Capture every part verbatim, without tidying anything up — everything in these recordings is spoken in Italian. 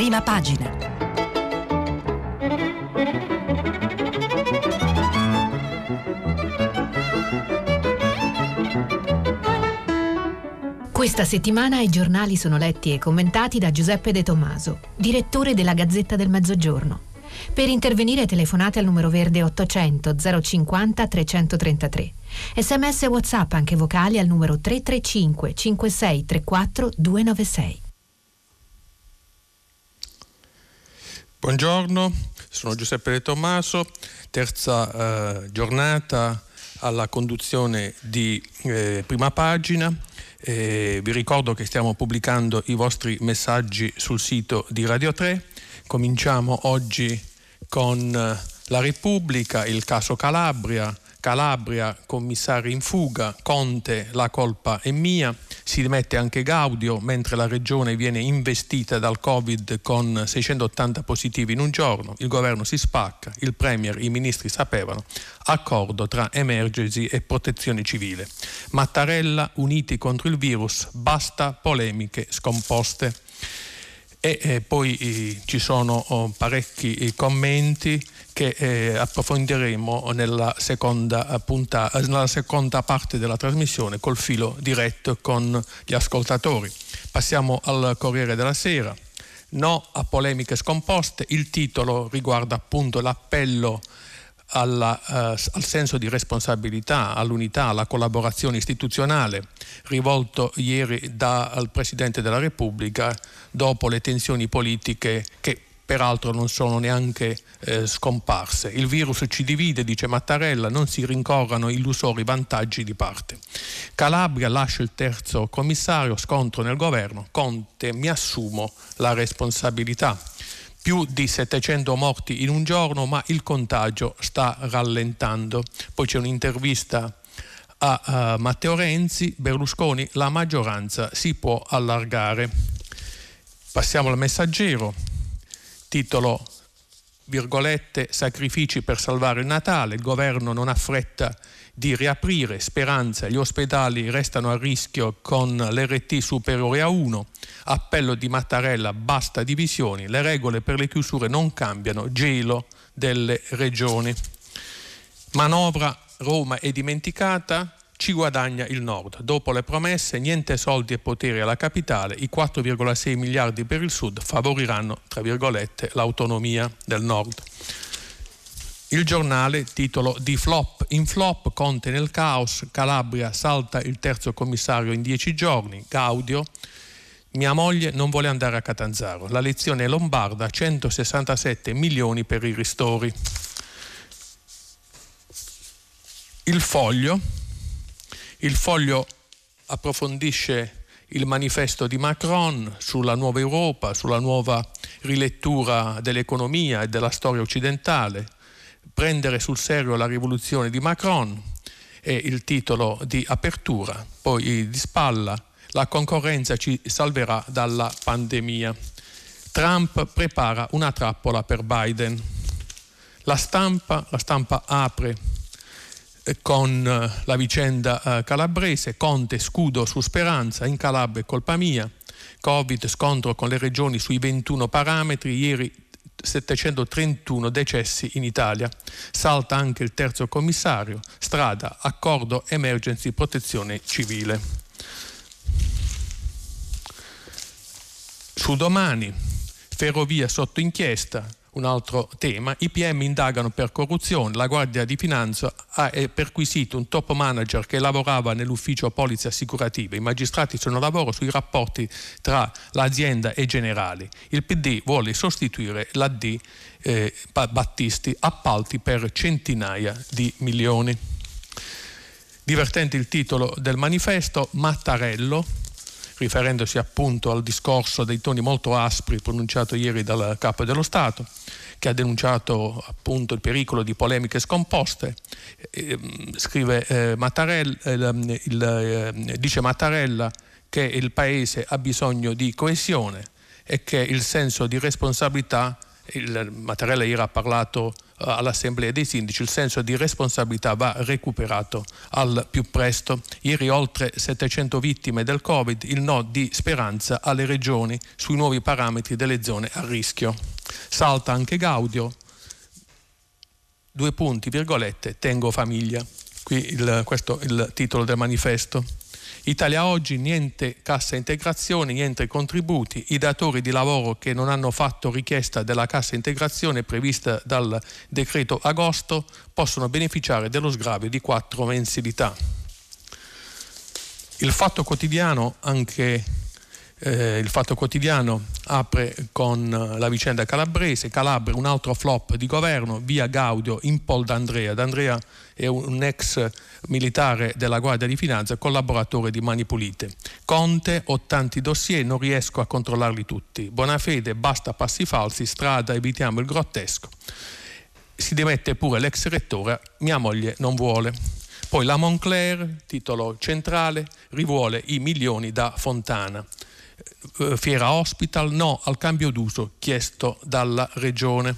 Prima pagina. Questa settimana i giornali sono letti e commentati da Giuseppe De Tommaso, direttore della Gazzetta del Mezzogiorno. Per intervenire telefonate al numero verde ottocento zero cinquanta trecentotrentatré. Sms e WhatsApp anche vocali al numero tre tre cinque cinque sei tre quattro due nove sei. Buongiorno, sono Giuseppe De Tommaso, terza eh, giornata alla conduzione di eh, Prima Pagina. Eh, vi ricordo che stiamo pubblicando i vostri messaggi sul sito di Radio tre. Cominciamo oggi con la Repubblica, il caso Calabria. Calabria, commissari in fuga, Conte, la colpa è mia. Si dimette anche Gaudio, mentre la regione viene investita dal Covid con seicentottanta positivi in un giorno. Il governo si spacca, il premier, i ministri sapevano. Accordo tra emergency e protezione civile. Mattarella, uniti contro il virus, basta polemiche scomposte. E eh, poi eh, ci sono oh, parecchi eh, commenti che eh, approfondiremo nella seconda, puntata, nella seconda parte della trasmissione col filo diretto con gli ascoltatori. Passiamo al Corriere della Sera. No a polemiche scomposte. Il titolo riguarda appunto l'appello Alla, uh, al senso di responsabilità, all'unità, alla collaborazione istituzionale rivolto ieri dal Presidente della Repubblica dopo le tensioni politiche che peraltro non sono neanche eh, scomparse. Il virus ci divide, dice Mattarella, non si rincorrano illusori vantaggi di parte. Calabria, lascia il terzo commissario, scontro nel governo, Conte, mi assumo la responsabilità. Più di settecento morti in un giorno, ma il contagio sta rallentando. Poi c'è un'intervista a, a Matteo Renzi, Berlusconi, la maggioranza si può allargare. Passiamo al Messaggero, titolo, virgolette, sacrifici per salvare il Natale, il governo non ha fretta di riaprire, speranza, gli ospedali restano a rischio con l'R T superiore a uno, appello di Mattarella, basta divisioni, le regole per le chiusure non cambiano, gelo delle regioni. Manovra, Roma è dimenticata, ci guadagna il Nord. Dopo le promesse, niente soldi e potere alla capitale, i quattro virgola sei miliardi per il Sud favoriranno, tra virgolette, l'autonomia del Nord. Il Giornale, titolo di flop in flop, Conte nel caos, Calabria salta il terzo commissario in dieci giorni, Gaudio, mia moglie non vuole andare a Catanzaro, la lezione è lombarda, centosessantasette milioni per i ristori. Il Foglio, il Foglio approfondisce il manifesto di Macron sulla nuova Europa, sulla nuova rilettura dell'economia e della storia occidentale, prendere sul serio la rivoluzione di Macron è il titolo di apertura, poi di spalla, la concorrenza ci salverà dalla pandemia. Trump prepara una trappola per Biden. La stampa, la stampa apre con la vicenda calabrese, Conte scudo su Speranza, in Calabria è colpa mia, Covid, scontro con le regioni sui ventuno parametri, ieri settecentotrentuno decessi in Italia, salta anche il terzo commissario, strada, accordo emergency protezione civile. Su Domani, ferrovia sotto inchiesta, un altro tema, i P M indagano per corruzione, la Guardia di Finanza ha perquisito un top manager che lavorava nell'ufficio polizze assicurative, i magistrati sono a lavoro sui rapporti tra l'azienda e Generali, il P D vuole sostituire l'A D eh, Battisti, appalti per centinaia di milioni. Divertente il titolo del manifesto, Mattarello, riferendosi appunto al discorso dei toni molto aspri pronunciato ieri dal Capo dello Stato, che ha denunciato appunto il pericolo di polemiche scomposte. Eh, scrive eh, Mattarella, eh, il, eh, dice Mattarella che il Paese ha bisogno di coesione e che il senso di responsabilità il Mattarella ieri ha parlato all'Assemblea dei Sindaci, il senso di responsabilità va recuperato al più presto. Ieri oltre settecento vittime del Covid, il no di Speranza alle regioni sui nuovi parametri delle zone a rischio. Salta anche Gaudio, due punti, virgolette, tengo famiglia. Qui il, questo è il titolo del manifesto. Italia Oggi, niente cassa integrazione, niente contributi. I datori di lavoro che non hanno fatto richiesta della cassa integrazione prevista dal decreto agosto possono beneficiare dello sgravio di quattro mensilità. Il Fatto Quotidiano, anche eh, il Fatto Quotidiano apre con la vicenda calabrese. Calabria, un altro flop di governo, via Gaudio in Pol D'Andrea. D'Andrea è un ex militare della Guardia di Finanza, collaboratore di Mani Pulite. Conte, ho tanti dossier, non riesco a controllarli tutti. Bonafede, basta passi falsi, strada, evitiamo il grottesco. Si dimette pure l'ex rettore, mia moglie non vuole. Poi la Moncler, titolo centrale, rivuole i milioni da Fontana. Fiera Hospital, no al cambio d'uso chiesto dalla regione.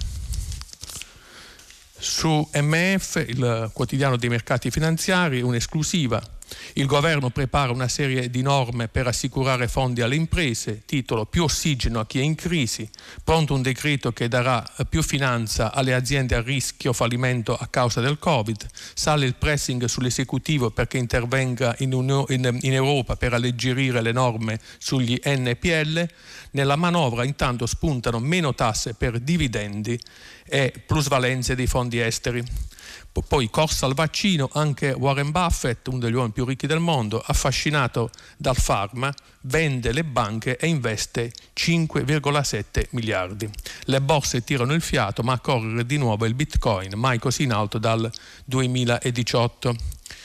Su M F, il quotidiano dei mercati finanziari, un'esclusiva. Il governo prepara una serie di norme per assicurare fondi alle imprese, titolo più ossigeno a chi è in crisi, pronto un decreto che darà più finanza alle aziende a rischio fallimento a causa del Covid, sale il pressing sull'esecutivo perché intervenga in, Uni- in, in Europa per alleggerire le norme sugli N P L, nella manovra intanto spuntano meno tasse per dividendi e plusvalenze dei fondi esteri. Poi corsa al vaccino, anche Warren Buffett, uno degli uomini più ricchi del mondo, affascinato dal farma, vende le banche e investe cinque virgola sette miliardi. Le borse tirano il fiato, ma a correre di nuovo il Bitcoin, mai così in alto dal duemiladiciotto.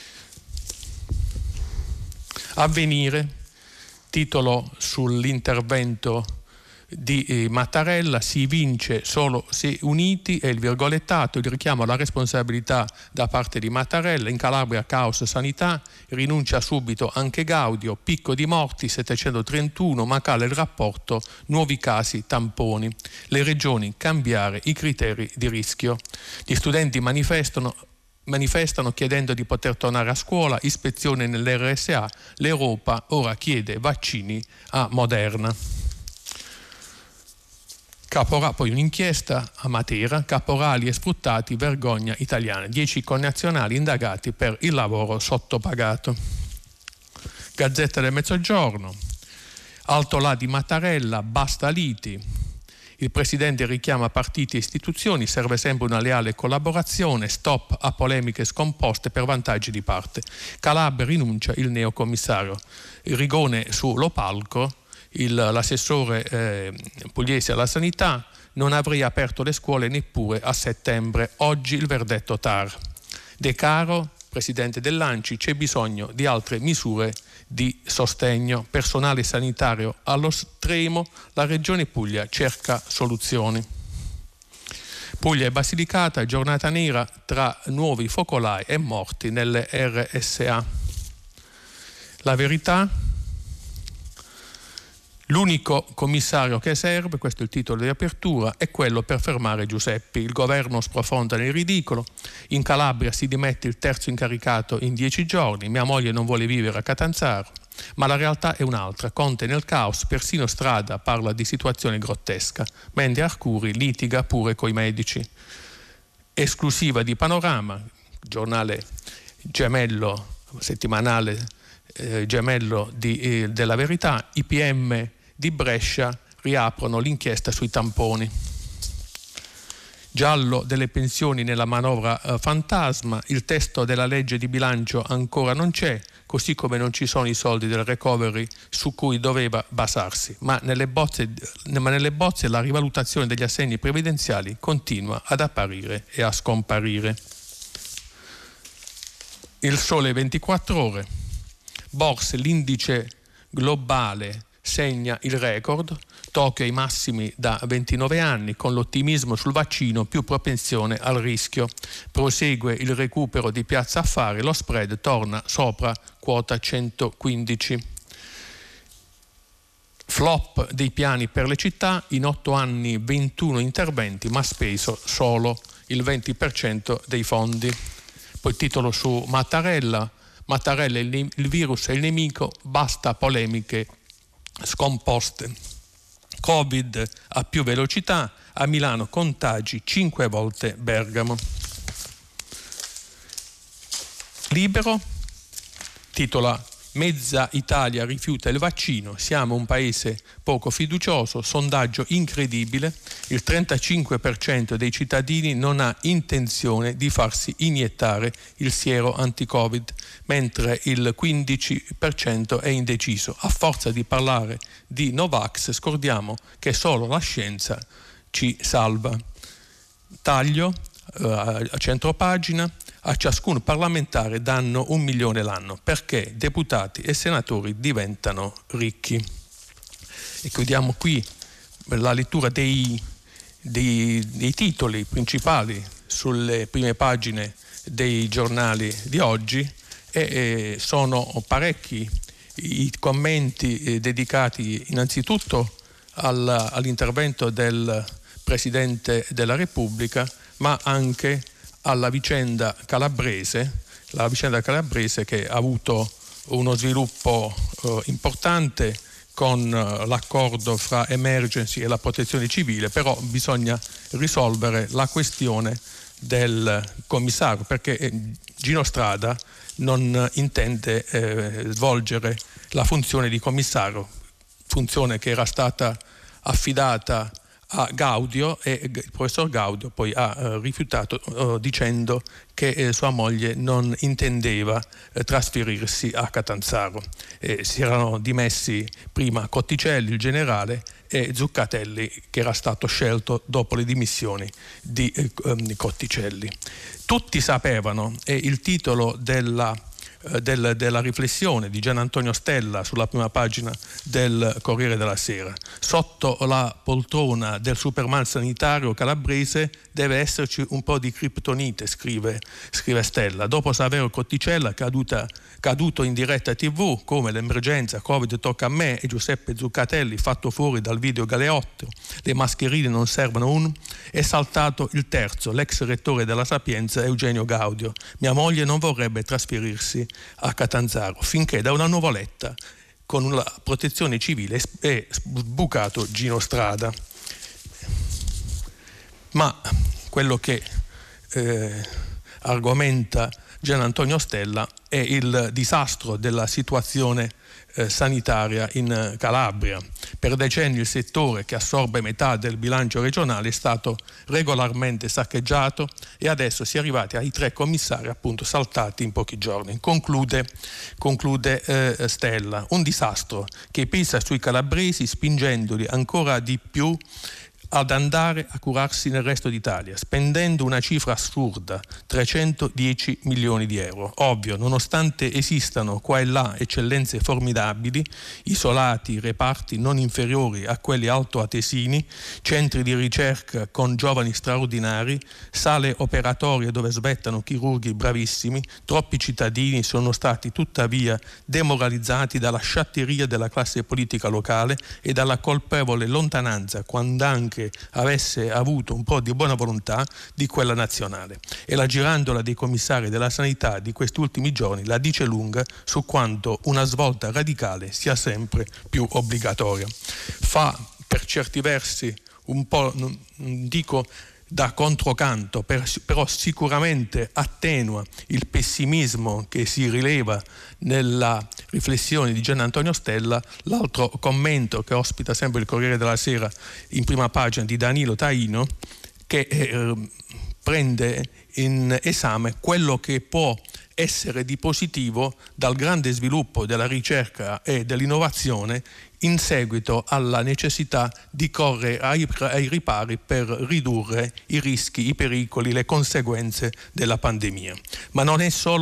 Avvenire, titolo sull'intervento di Mattarella, si vince solo se uniti, è il virgolettato, il richiamo alla responsabilità da parte di Mattarella. In Calabria caos sanità, rinuncia subito anche Gaudio, picco di morti settecentotrentuno, ma cala il rapporto, nuovi casi tamponi. Le regioni cambiare i criteri di rischio. Gli studenti manifestano manifestano chiedendo di poter tornare a scuola, ispezione nell'R S A, l'Europa ora chiede vaccini a Moderna. Capora, poi un'inchiesta a Matera, caporali e sfruttati, vergogna italiana, dieci connazionali indagati per il lavoro sottopagato. Gazzetta del Mezzogiorno, alto là di Mattarella, basta liti, il presidente richiama partiti e istituzioni, serve sempre una leale collaborazione, stop a polemiche scomposte per vantaggi di parte. Calabria rinuncia il neocommissario. Il Rigone su Lopalco, Il, l'assessore eh, pugliese alla sanità, non avrei aperto le scuole neppure a settembre, oggi il verdetto T A R. De Caro, presidente dell'Anci, c'è bisogno di altre misure di sostegno, personale sanitario allo stremo, la regione Puglia cerca soluzioni. Puglia e Basilicata, giornata nera tra nuovi focolai e morti nelle R S A. La Verità, l'unico commissario che serve, questo è il titolo di apertura, è quello per fermare Giuseppi. Il governo sprofonda nel ridicolo. In Calabria si dimette il terzo incaricato in dieci giorni. Mia moglie non vuole vivere a Catanzaro. Ma la realtà è un'altra. Conte nel caos, persino Strada parla di situazione grottesca, mentre Arcuri litiga pure coi medici. Esclusiva di Panorama, giornale gemello, settimanale eh, gemello di, eh, della Verità, I P M di Brescia riaprono l'inchiesta sui tamponi. Giallo delle pensioni nella manovra eh, fantasma, il testo della legge di bilancio ancora non c'è, così come non ci sono i soldi del recovery su cui doveva basarsi, ma nelle bozze, ma nelle bozze la rivalutazione degli assegni previdenziali continua ad apparire e a scomparire. Il Sole ventiquattro Ore, borse, l'indice globale segna il record, Tokyo ai massimi da ventinove anni, con l'ottimismo sul vaccino più propensione al rischio. Prosegue il recupero di Piazza Affari, lo spread torna sopra quota centoquindici. Flop dei piani per le città, in otto anni ventuno interventi, ma speso solo il venti per cento dei fondi. Poi titolo su Mattarella, Mattarella il, il virus è il nemico, basta polemiche scomposte. Covid a più velocità, a Milano contagi cinque volte Bergamo. Libero titola Mezza Italia rifiuta il vaccino, siamo un paese poco fiducioso, sondaggio incredibile, il trentacinque per cento dei cittadini non ha intenzione di farsi iniettare il siero anti-Covid, mentre il quindici per cento è indeciso. A forza di parlare di Novax scordiamo che solo la scienza ci salva. Taglio eh, a centropagina. A ciascun parlamentare danno un milione l'anno perché deputati e senatori diventano ricchi. E chiudiamo qui la lettura dei, dei, dei titoli principali sulle prime pagine dei giornali di oggi e, e sono parecchi i commenti eh, dedicati innanzitutto al, all'intervento del Presidente della Repubblica, ma anche alla vicenda calabrese, la vicenda calabrese che ha avuto uno sviluppo eh, importante con eh, l'accordo fra Emergency e la Protezione Civile, però bisogna risolvere la questione del commissario, perché eh, Gino Strada non intende eh, svolgere la funzione di commissario, funzione che era stata affidata a Gaudio, e il professor Gaudio poi ha eh, rifiutato eh, dicendo che eh, sua moglie non intendeva eh, trasferirsi a Catanzaro. Eh, si erano dimessi prima Cotticelli, il generale, e Zuccatelli, che era stato scelto dopo le dimissioni di eh, Cotticelli. Tutti sapevano, e il titolo della Del, della riflessione di Gian Antonio Stella sulla prima pagina del Corriere della Sera. Sotto la poltrona del Superman sanitario calabrese deve esserci un po' di criptonite, scrive, scrive Stella. Dopo Saverio Cotticella caduta, caduto in diretta tivù, come l'emergenza Covid tocca a me, e Giuseppe Zuccatelli fatto fuori dal video Galeotto, le mascherine non servono un, è saltato il terzo, l'ex rettore della Sapienza Eugenio Gaudio. Mia moglie non vorrebbe trasferirsi a Catanzaro, finché da una nuvoletta con la protezione civile è sbucato Gino Strada. Ma quello che eh, argomenta Gian Antonio Stella è il disastro della situazione eh, sanitaria in Calabria. Per decenni il settore, che assorbe metà del bilancio regionale, è stato regolarmente saccheggiato e adesso si è arrivati ai tre commissari appunto saltati in pochi giorni. Conclude, conclude eh, Stella, un disastro che pesa sui calabresi spingendoli ancora di più ad andare a curarsi nel resto d'Italia, spendendo una cifra assurda, trecentodieci milioni di euro. Ovvio, nonostante esistano qua e là eccellenze formidabili, isolati, reparti non inferiori a quelli altoatesini, centri di ricerca con giovani straordinari, sale operatorie dove svettano chirurghi bravissimi, troppi cittadini sono stati tuttavia demoralizzati dalla sciatteria della classe politica locale e dalla colpevole lontananza, quando anche avesse avuto un po' di buona volontà, di quella nazionale. E la girandola dei commissari della sanità di questi ultimi giorni la dice lunga su quanto una svolta radicale sia sempre più obbligatoria. Fa per certi versi un po', non dico da controcanto, per, però sicuramente attenua il pessimismo che si rileva nella riflessione di Gian Antonio Stella l'altro commento che ospita sempre il Corriere della Sera in prima pagina di Danilo Taino, che eh, prende in esame quello che può essere di positivo dal grande sviluppo della ricerca e dell'innovazione in seguito alla necessità di correre ai, ai ripari per ridurre i rischi, i pericoli, le conseguenze della pandemia. Ma non è solo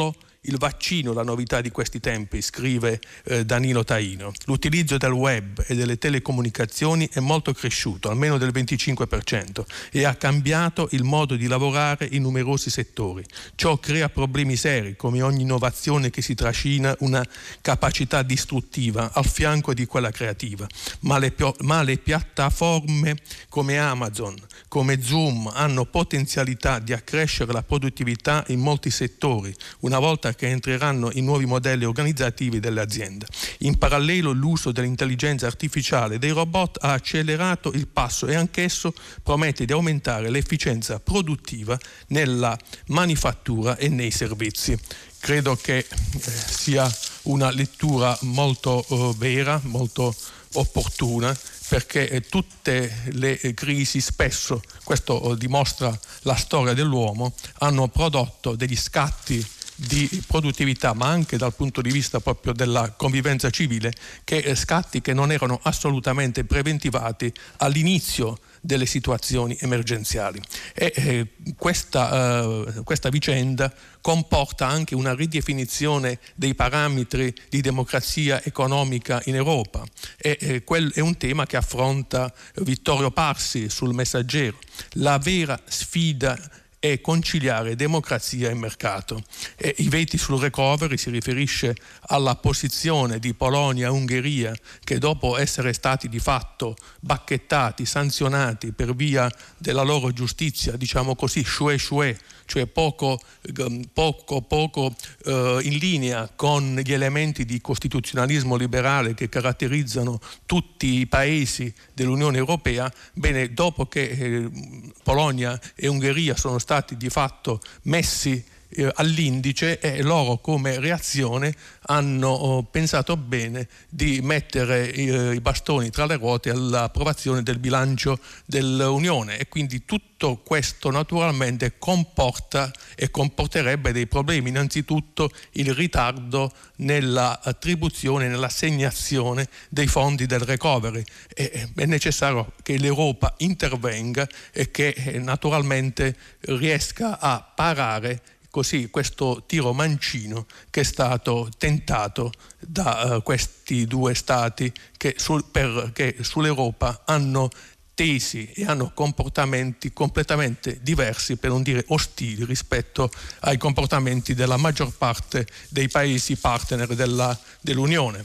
il vaccino la novità di questi tempi, scrive eh, Danilo Taino. L'utilizzo del web e delle telecomunicazioni è molto cresciuto, almeno del venticinque per cento, e ha cambiato il modo di lavorare in numerosi settori. Ciò crea problemi seri, come ogni innovazione che si trascina una capacità distruttiva al fianco di quella creativa. Ma le, ma le piattaforme come Amazon, come Zoom, hanno potenzialità di accrescere la produttività in molti settori, una volta che entreranno i nuovi modelli organizzativi delle aziende. In parallelo, l'uso dell'intelligenza artificiale e dei robot ha accelerato il passo e anch'esso promette di aumentare l'efficienza produttiva nella manifattura e nei servizi. Credo che eh, sia una lettura molto eh, vera, molto opportuna, perché eh, tutte le eh, crisi, spesso, questo eh, dimostra la storia dell'uomo, hanno prodotto degli scatti di produttività, ma anche dal punto di vista proprio della convivenza civile, che eh, scatti che non erano assolutamente preventivati all'inizio delle situazioni emergenziali. E eh, questa, eh, questa vicenda comporta anche una ridefinizione dei parametri di democrazia economica in Europa. E, eh, quel è un tema che affronta Vittorio Parsi sul Messaggero. La vera sfida è conciliare democrazia e mercato. E i veti sul recovery si riferisce alla posizione di Polonia e Ungheria, che dopo essere stati di fatto bacchettati, sanzionati per via della loro giustizia, diciamo così, shue shue, cioè poco, poco, poco eh, in linea con gli elementi di costituzionalismo liberale che caratterizzano tutti i paesi dell'Unione Europea, bene, dopo che eh, Polonia e Ungheria sono stati di fatto messi eh, all'indice, e loro come reazione hanno oh, pensato bene di mettere eh, i bastoni tra le ruote all'approvazione del bilancio dell'Unione, e quindi tutto questo naturalmente comporta e comporterebbe dei problemi. Innanzitutto il ritardo nell'attribuzione, nell'assegnazione dei fondi del recovery. E, è necessario che l'Europa intervenga e che eh, naturalmente riesca a parare così questo tiro mancino che è stato tentato da uh, questi due stati che, sul, per, che sull'Europa hanno tesi e hanno comportamenti completamente diversi, per non dire ostili, rispetto ai comportamenti della maggior parte dei paesi partner della, dell'Unione.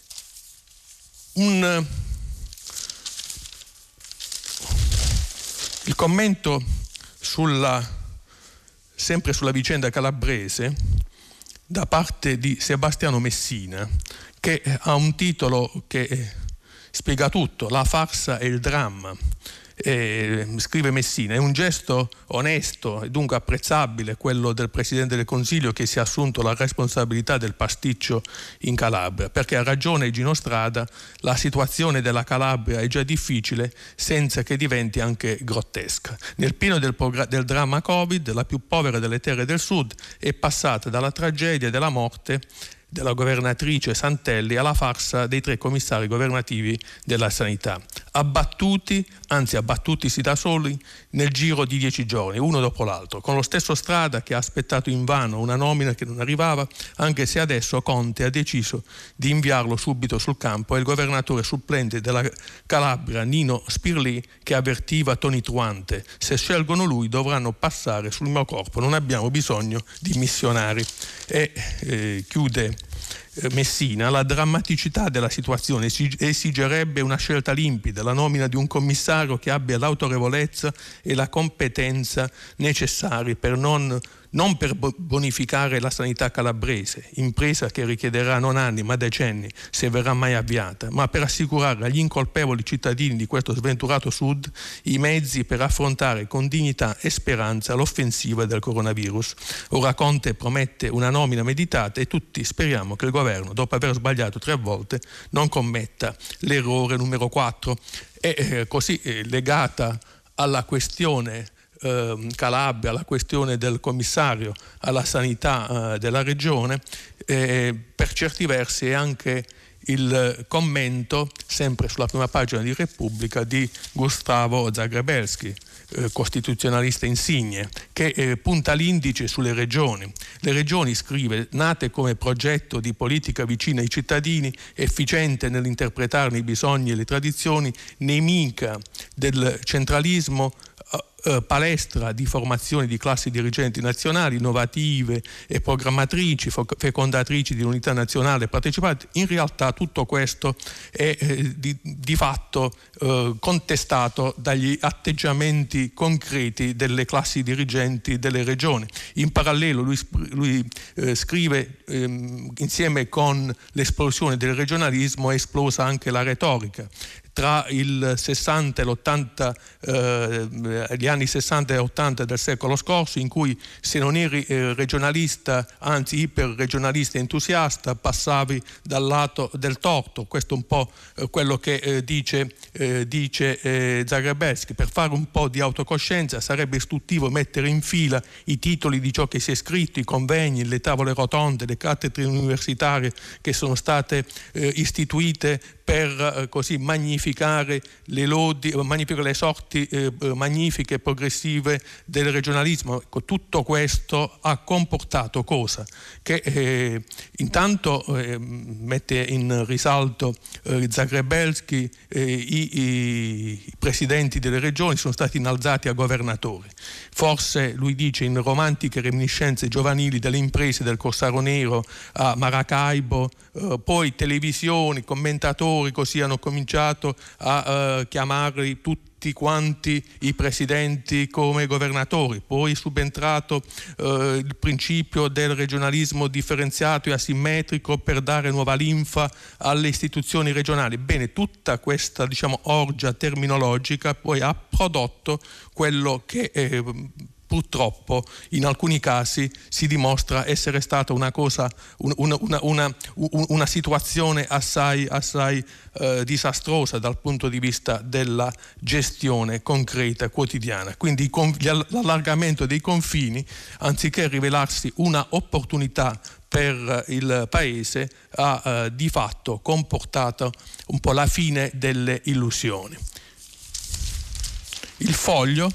Un, il commento sulla sempre sulla vicenda calabrese da parte di Sebastiano Messina, che ha un titolo che spiega tutto: la farsa e il dramma. E, scrive Messina, è un gesto onesto e dunque apprezzabile quello del Presidente del Consiglio, che si è assunto la responsabilità del pasticcio in Calabria, perché ha ragione Gino Strada, la situazione della Calabria è già difficile senza che diventi anche grottesca. Nel pieno del, progr- del dramma Covid, la più povera delle terre del sud è passata dalla tragedia della morte della governatrice Santelli alla farsa dei tre commissari governativi della sanità, abbattuti, anzi abbattutisi da soli nel giro di dieci giorni, uno dopo l'altro, con lo stesso Strada che ha aspettato invano una nomina che non arrivava, anche se adesso Conte ha deciso di inviarlo subito sul campo, e il governatore supplente della Calabria, Nino Spirlì, che avvertiva tonitruante: se scelgono lui dovranno passare sul mio corpo, non abbiamo bisogno di missionari. E eh, chiude Messina, la drammaticità della situazione esigerebbe una scelta limpida, la nomina di un commissario che abbia l'autorevolezza e la competenza necessarie per non, non per bonificare la sanità calabrese, impresa che richiederà non anni ma decenni se verrà mai avviata, ma per assicurare agli incolpevoli cittadini di questo sventurato sud i mezzi per affrontare con dignità e speranza l'offensiva del coronavirus. Ora Conte promette una nomina meditata e tutti speriamo che il governo, dopo aver sbagliato tre volte, non commetta l'errore numero quattro. E eh, così eh, legata alla questione eh, Calabria, alla questione del commissario alla sanità eh, della regione, eh, per certi versi è anche il commento, sempre sulla prima pagina di Repubblica, di Gustavo Zagrebelsky, eh, costituzionalista insigne, che eh, punta l'indice sulle regioni. Le regioni, scrive, nate come progetto di politica vicina ai cittadini, efficiente nell'interpretarne i bisogni e le tradizioni, nemica del centralismo, Uh, palestra di formazione di classi dirigenti nazionali innovative e programmatrici, fecondatrici di unità nazionale partecipate. In realtà tutto questo è eh, di, di fatto eh, contestato dagli atteggiamenti concreti delle classi dirigenti delle regioni. In parallelo lui, lui eh, scrive ehm, insieme con l'esplosione del regionalismo è esplosa anche la retorica. Tra il sessanta e l'ottanta, eh, gli anni sessanta e ottanta del secolo scorso, in cui se non eri eh, regionalista, anzi iperregionalista entusiasta, passavi dal lato del torto. Questo è un po' eh, quello che eh, dice, eh, dice eh, Zagrebelsky. Per fare un po' di autocoscienza sarebbe istruttivo mettere in fila i titoli di ciò che si è scritto, i convegni, le tavole rotonde, le cattedre universitarie che sono state eh, istituite per eh, così magnificare le lodi, magnificare le sorti eh, magnifiche e progressive del regionalismo. Ecco, tutto questo ha comportato cosa? Che eh, intanto eh, mette in risalto eh, Zagrebelsky, eh, i, i presidenti delle regioni sono stati innalzati a governatori. Forse, lui dice, in romantiche reminiscenze giovanili delle imprese del Corsaro Nero a Maracaibo, eh, poi televisioni, commentatori così hanno cominciato a uh, chiamarli tutti quanti i presidenti come governatori. Poi è subentrato uh, il principio del regionalismo differenziato e asimmetrico per dare nuova linfa alle istituzioni regionali. Bene, tutta questa, diciamo, orgia terminologica poi ha prodotto quello che eh, purtroppo in alcuni casi si dimostra essere stata una cosa, una, una, una, una situazione assai, assai eh, disastrosa dal punto di vista della gestione concreta quotidiana. Quindi l'allargamento dei confini, anziché rivelarsi una opportunità per il Paese, ha eh, di fatto comportato un po' la fine delle illusioni. Il Foglio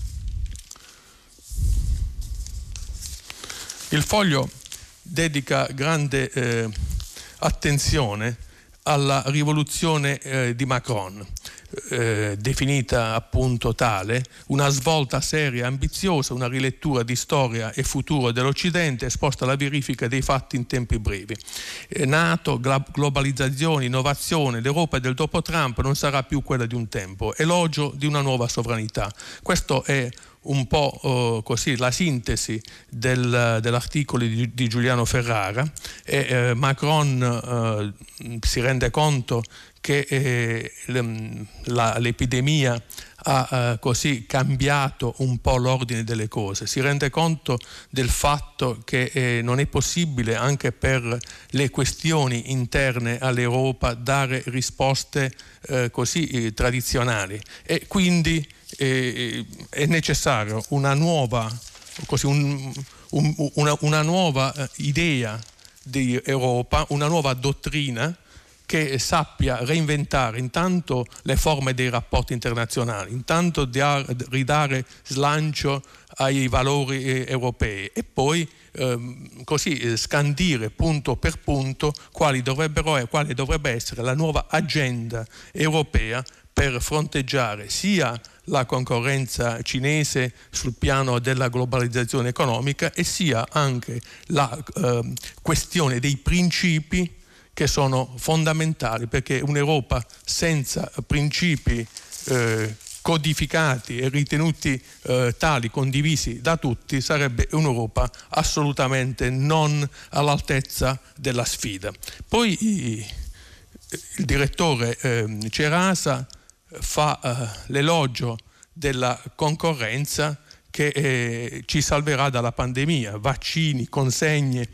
Il Foglio dedica grande eh, attenzione alla rivoluzione eh, di Macron, eh, definita appunto tale, una svolta seria e ambiziosa, una rilettura di storia e futuro dell'Occidente esposta alla verifica dei fatti in tempi brevi. Eh, NATO, globalizzazione, innovazione, l'Europa del dopo Trump non sarà più quella di un tempo, elogio di una nuova sovranità. Questo è un po' uh, così la sintesi del, dell'articolo di, di Giuliano Ferrara, e eh, Macron uh, si rende conto che eh, la, l'epidemia ha eh, così cambiato un po' l'ordine delle cose, si rende conto del fatto che eh, non è possibile anche per le questioni interne all'Europa dare risposte eh, così eh, tradizionali, e quindi eh, è necessario una nuova, così, un, un, una, una nuova idea di Europa, una nuova dottrina che sappia reinventare intanto le forme dei rapporti internazionali, intanto di ridare slancio ai valori eh, europei, e poi ehm, così eh, scandire punto per punto quali dovrebbero, quale dovrebbe essere la nuova agenda europea per fronteggiare sia la concorrenza cinese sul piano della globalizzazione economica, e sia anche la eh, questione dei principi che sono fondamentali, perché un'Europa senza principi eh, codificati e ritenuti eh, tali, condivisi da tutti, sarebbe un'Europa assolutamente non all'altezza della sfida. Poi i, il direttore eh, Cerasa fa eh, l'elogio della concorrenza che eh, ci salverà dalla pandemia, vaccini, consegne,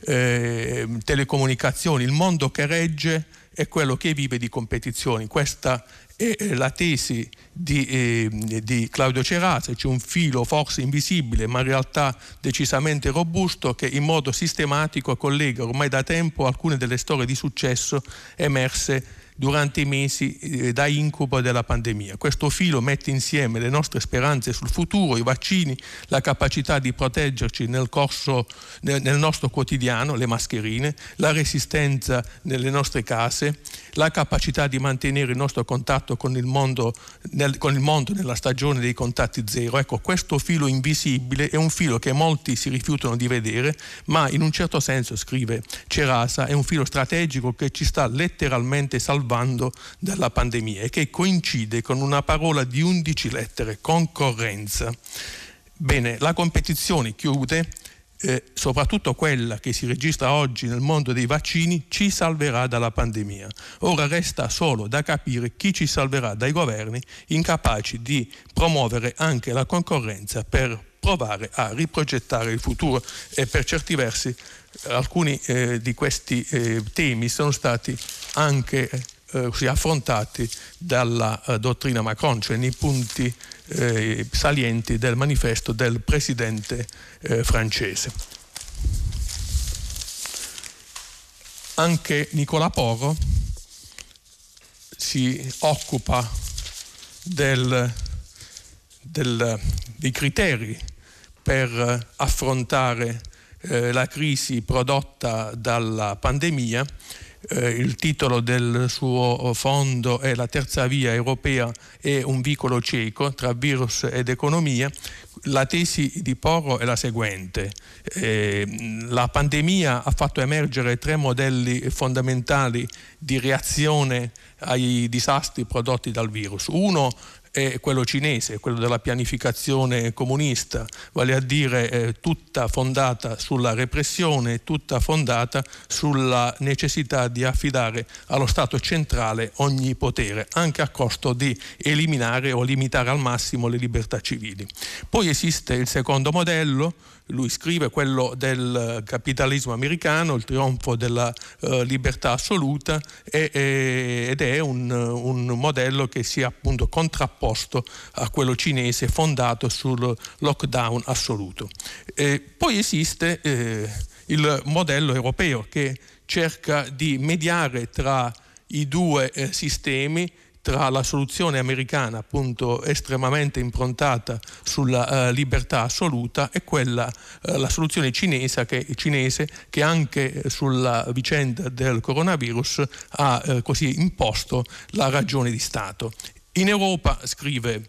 Eh, telecomunicazioni. Il mondo che regge è quello che vive di competizioni. Questa è la tesi di, eh, di Claudio Cerasa, c'è un filo forse invisibile ma in realtà decisamente robusto che in modo sistematico collega ormai da tempo alcune delle storie di successo emerse durante i mesi eh, da incubo della pandemia. Questo filo mette insieme le nostre speranze sul futuro, i vaccini, la capacità di proteggerci nel corso nel, nel nostro quotidiano, le mascherine, la resistenza nelle nostre case, la capacità di mantenere il nostro contatto con il mondo nel, con il mondo nella stagione dei contatti zero. Ecco, questo filo invisibile è un filo che molti si rifiutano di vedere, ma in un certo senso, scrive Cerasa, è un filo strategico che ci sta letteralmente salvando dalla pandemia e che coincide con una parola di undici lettere: concorrenza. Bene, la competizione, chiude, eh, soprattutto quella che si registra oggi nel mondo dei vaccini, ci salverà dalla pandemia. Ora resta solo da capire chi ci salverà dai governi incapaci di promuovere anche la concorrenza per provare a riprogettare il futuro, e per certi versi alcuni eh, di questi eh, temi sono stati anche eh, affrontati dalla eh, dottrina Macron, cioè nei punti eh, salienti del manifesto del presidente eh, francese. Anche Nicola Porro si occupa del, del, dei criteri per affrontare eh, la crisi prodotta dalla pandemia. Eh, il titolo del suo fondo è La terza via europea è un vicolo cieco tra virus ed economia. La tesi di Porro è la seguente: eh, la pandemia ha fatto emergere tre modelli fondamentali di reazione ai disastri prodotti dal virus. Uno è quello cinese, quello della pianificazione comunista, vale a dire eh, tutta fondata sulla repressione, tutta fondata sulla necessità di affidare allo Stato centrale ogni potere, anche a costo di eliminare o limitare al massimo le libertà civili. Poi esiste il secondo modello, lui scrive, quello del capitalismo americano, il trionfo della eh, libertà assoluta, e, e, ed è un, un modello che sia appunto contrapposto a quello cinese fondato sul lockdown assoluto. E poi esiste eh, il modello europeo che cerca di mediare tra i due eh, sistemi, tra la soluzione americana appunto estremamente improntata sulla uh, libertà assoluta e quella, uh, la soluzione cinese che, cinese che anche sulla vicenda del coronavirus ha uh, così imposto la ragione di Stato. In Europa, scrive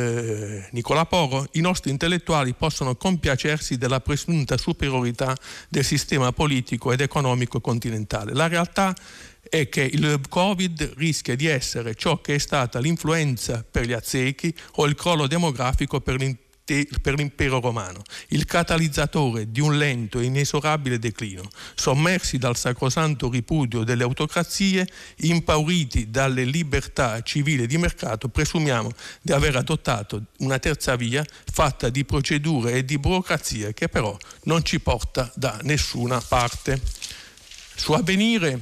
Eh, Nicola Porro, i nostri intellettuali possono compiacersi della presunta superiorità del sistema politico ed economico continentale. La realtà è che il Covid rischia di essere ciò che è stata l'influenza per gli aztechi o il crollo demografico per l'intero per l'impero romano, il catalizzatore di un lento e inesorabile declino. Sommersi dal sacrosanto ripudio delle autocrazie, impauriti dalle libertà civili di mercato, presumiamo di aver adottato una terza via fatta di procedure e di burocrazia che però non ci porta da nessuna parte. Su Avvenire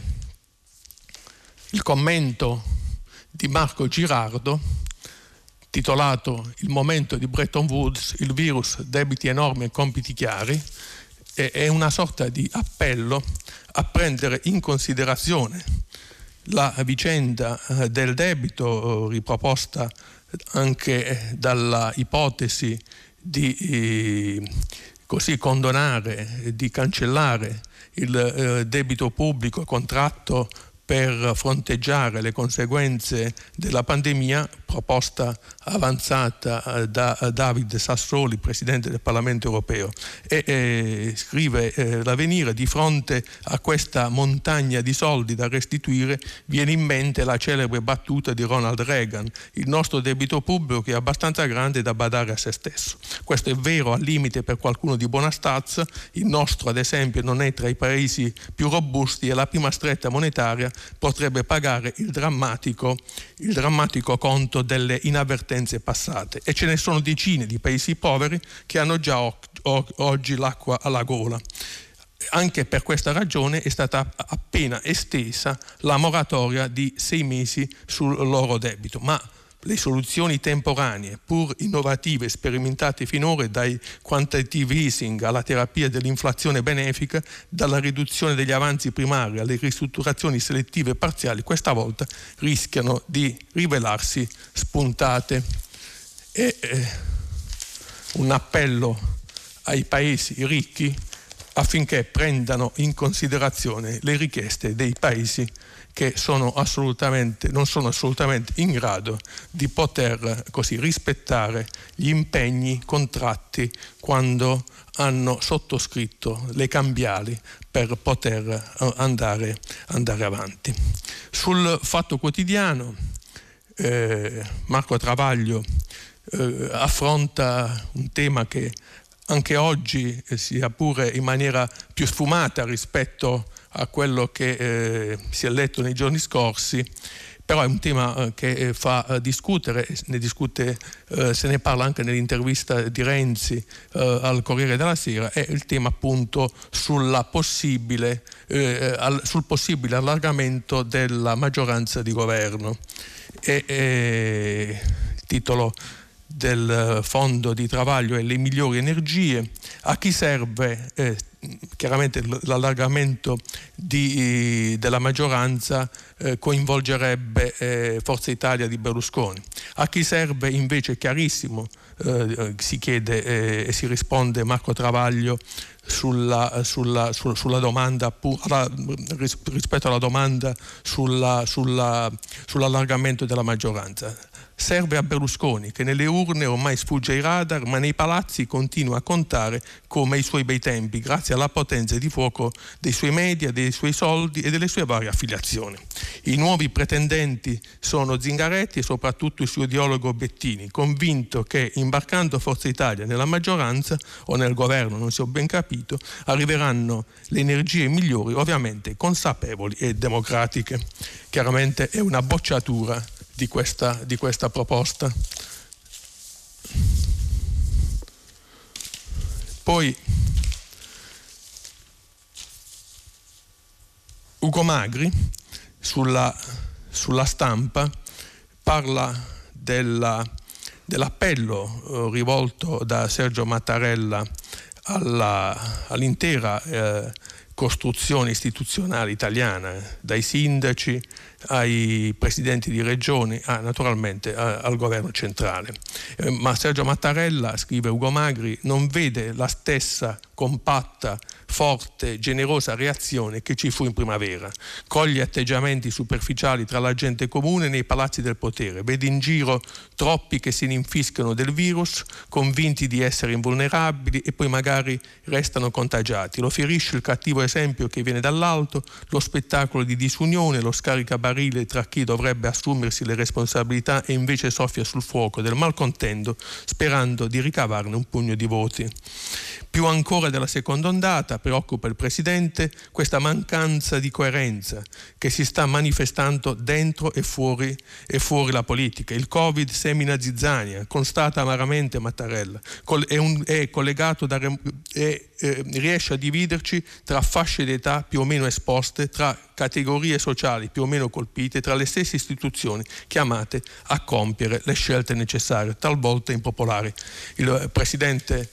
il commento di Marco Girardo, titolato Il momento di Bretton Woods, il virus, debiti enormi e compiti chiari, è una sorta di appello a prendere in considerazione la vicenda del debito, riproposta anche dalla ipotesi di eh, così condonare, di cancellare il eh, debito pubblico contratto per fronteggiare le conseguenze della pandemia, proposta avanzata da David Sassoli, Presidente del Parlamento Europeo. E eh, scrive eh, l'Avvenire, di fronte a questa montagna di soldi da restituire viene in mente la celebre battuta di Ronald Reagan: il nostro debito pubblico è abbastanza grande da badare a se stesso. Questo è vero al limite per qualcuno di buona stazza, il nostro ad esempio non è tra i paesi più robusti e la prima stretta monetaria potrebbe pagare il drammatico, il drammatico conto delle inavvertenze passate, e ce ne sono decine di paesi poveri che hanno già o- o- oggi l'acqua alla gola. Anche per questa ragione è stata appena estesa la moratoria di sei mesi sul loro debito, ma le soluzioni temporanee, pur innovative e sperimentate finora, dai quantitative easing alla terapia dell'inflazione benefica, dalla riduzione degli avanzi primari alle ristrutturazioni selettive parziali, questa volta rischiano di rivelarsi spuntate. E eh, un appello ai paesi ricchi affinché prendano in considerazione le richieste dei paesi che sono assolutamente, non sono assolutamente in grado di poter così rispettare gli impegni contratti quando hanno sottoscritto le cambiali per poter andare, andare avanti. Sul Fatto Quotidiano eh, Marco Travaglio eh, affronta un tema che anche oggi, eh, sia pure in maniera più sfumata rispetto a quello che eh, si è letto nei giorni scorsi, però è un tema eh, che eh, fa eh, discutere, ne discute, eh, se ne parla anche nell'intervista di Renzi eh, al Corriere della Sera, è il tema appunto sulla possibile, eh, al, sul possibile allargamento della maggioranza di governo. E, e, il titolo del fondo di Travaglio è le migliori energie. A chi serve eh, chiaramente l'allargamento di, della maggioranza eh, coinvolgerebbe eh, Forza Italia di Berlusconi. A chi serve invece, chiarissimo, eh, si chiede eh, e si risponde Marco Travaglio sulla, sulla, sulla, sulla domanda alla, rispetto alla domanda sulla, sulla, sull'allargamento della maggioranza. Serve a Berlusconi, che nelle urne ormai sfugge ai radar, ma nei palazzi continua a contare come ai suoi bei tempi, grazie alla potenza di fuoco dei suoi media, dei suoi soldi e delle sue varie affiliazioni. I nuovi pretendenti sono Zingaretti e soprattutto il suo ideologo Bettini, convinto che imbarcando Forza Italia nella maggioranza o nel governo, non si ho ben capito, arriveranno le energie migliori, ovviamente consapevoli e democratiche. Chiaramente è una bocciatura Di questa, di questa proposta. Poi Ugo Magri sulla, sulla Stampa parla della, dell'appello eh, rivolto da Sergio Mattarella alla, all'intera eh, costruzione istituzionale italiana, dai sindaci ai presidenti di regioni, ah, naturalmente a, al governo centrale. Eh, ma Sergio Mattarella, scrive Ugo Magri, non vede la stessa compatta, forte, generosa reazione che ci fu in primavera. Coglie atteggiamenti superficiali tra la gente comune nei palazzi del potere. Vede in giro troppi che si rinfiscano del virus, convinti di essere invulnerabili e poi magari restano contagiati. Lo ferisce il cattivo esempio che viene dall'alto, lo spettacolo di disunione, lo scaricabarile tra chi dovrebbe assumersi le responsabilità e invece soffia sul fuoco del malcontento, sperando di ricavarne un pugno di voti. Più ancora della seconda ondata preoccupa il Presidente questa mancanza di coerenza che si sta manifestando dentro e fuori, e fuori la politica. Il Covid semina zizzania, constata amaramente Mattarella, è, un, è collegato da, è, eh, riesce a dividerci tra fasce d'età più o meno esposte, tra categorie sociali più o meno colpite, tra le stesse istituzioni chiamate a compiere le scelte necessarie, talvolta impopolari. Il Presidente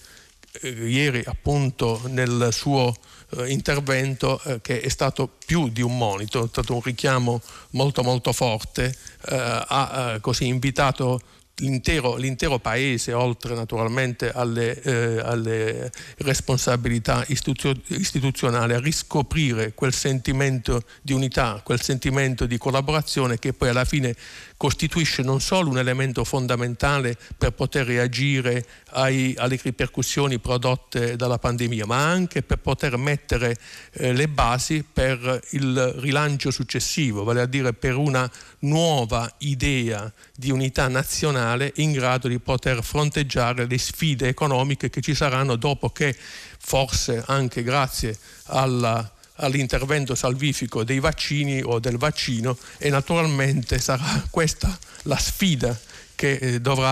ieri appunto nel suo eh, intervento eh, che è stato più di un monito, è stato un richiamo molto molto forte, eh, ha eh, così invitato l'intero, l'intero paese, oltre naturalmente alle, eh, alle responsabilità istituzio- istituzionali, a riscoprire quel sentimento di unità, quel sentimento di collaborazione che poi alla fine costituisce non solo un elemento fondamentale per poter reagire ai, alle ripercussioni prodotte dalla pandemia, ma anche per poter mettere eh, le basi per il rilancio successivo, vale a dire per una nuova idea di unità nazionale in grado di poter fronteggiare le sfide economiche che ci saranno dopo che, forse anche grazie alla all'intervento salvifico dei vaccini o del vaccino, e naturalmente sarà questa la sfida che eh, dovrà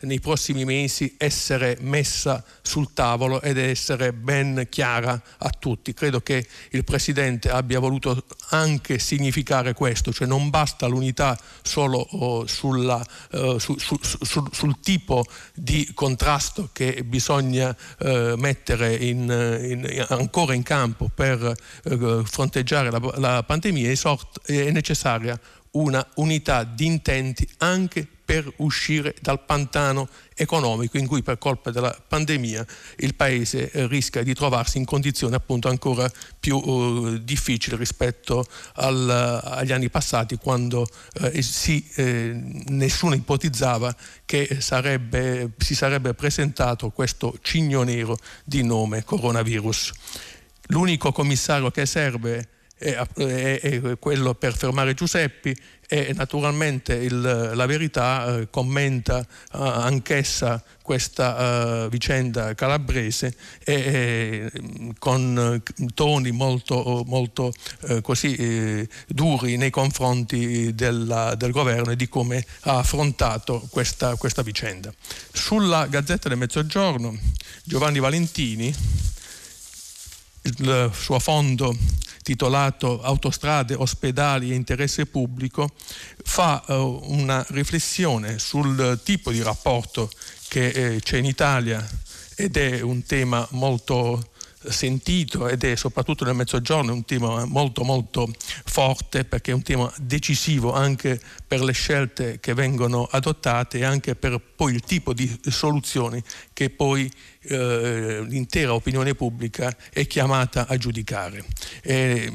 nei prossimi mesi essere messa sul tavolo ed essere ben chiara a tutti. Credo che il Presidente abbia voluto anche significare questo, cioè non basta l'unità solo oh, sulla, uh, su, su, su, sul tipo di contrasto che bisogna uh, mettere in, in, ancora in campo per uh, fronteggiare la, la pandemia. È, sort, è necessaria una unità di intenti anche per uscire dal pantano economico in cui per colpa della pandemia il Paese eh, rischia di trovarsi in condizioni appunto ancora più eh, difficili rispetto al, agli anni passati, quando eh, si, eh, nessuno ipotizzava che sarebbe, si sarebbe presentato questo cigno nero di nome coronavirus. L'unico commissario che serve è, è, è quello per fermare Giuseppi, e naturalmente il, la Verità eh, commenta eh, anch'essa questa eh, vicenda calabrese e, eh, con toni molto, molto eh, così eh, duri nei confronti della, del governo e di come ha affrontato questa, questa vicenda. Sulla Gazzetta del Mezzogiorno, Giovanni Valentini, il suo fondo titolato Autostrade, ospedali e interesse pubblico, fa uh, una riflessione sul tipo di rapporto che eh, c'è in Italia, ed è un tema molto sentito ed è soprattutto nel Mezzogiorno un tema molto molto forte, perché è un tema decisivo anche per le scelte che vengono adottate e anche per poi il tipo di soluzioni che poi eh, l'intera opinione pubblica è chiamata a giudicare. E,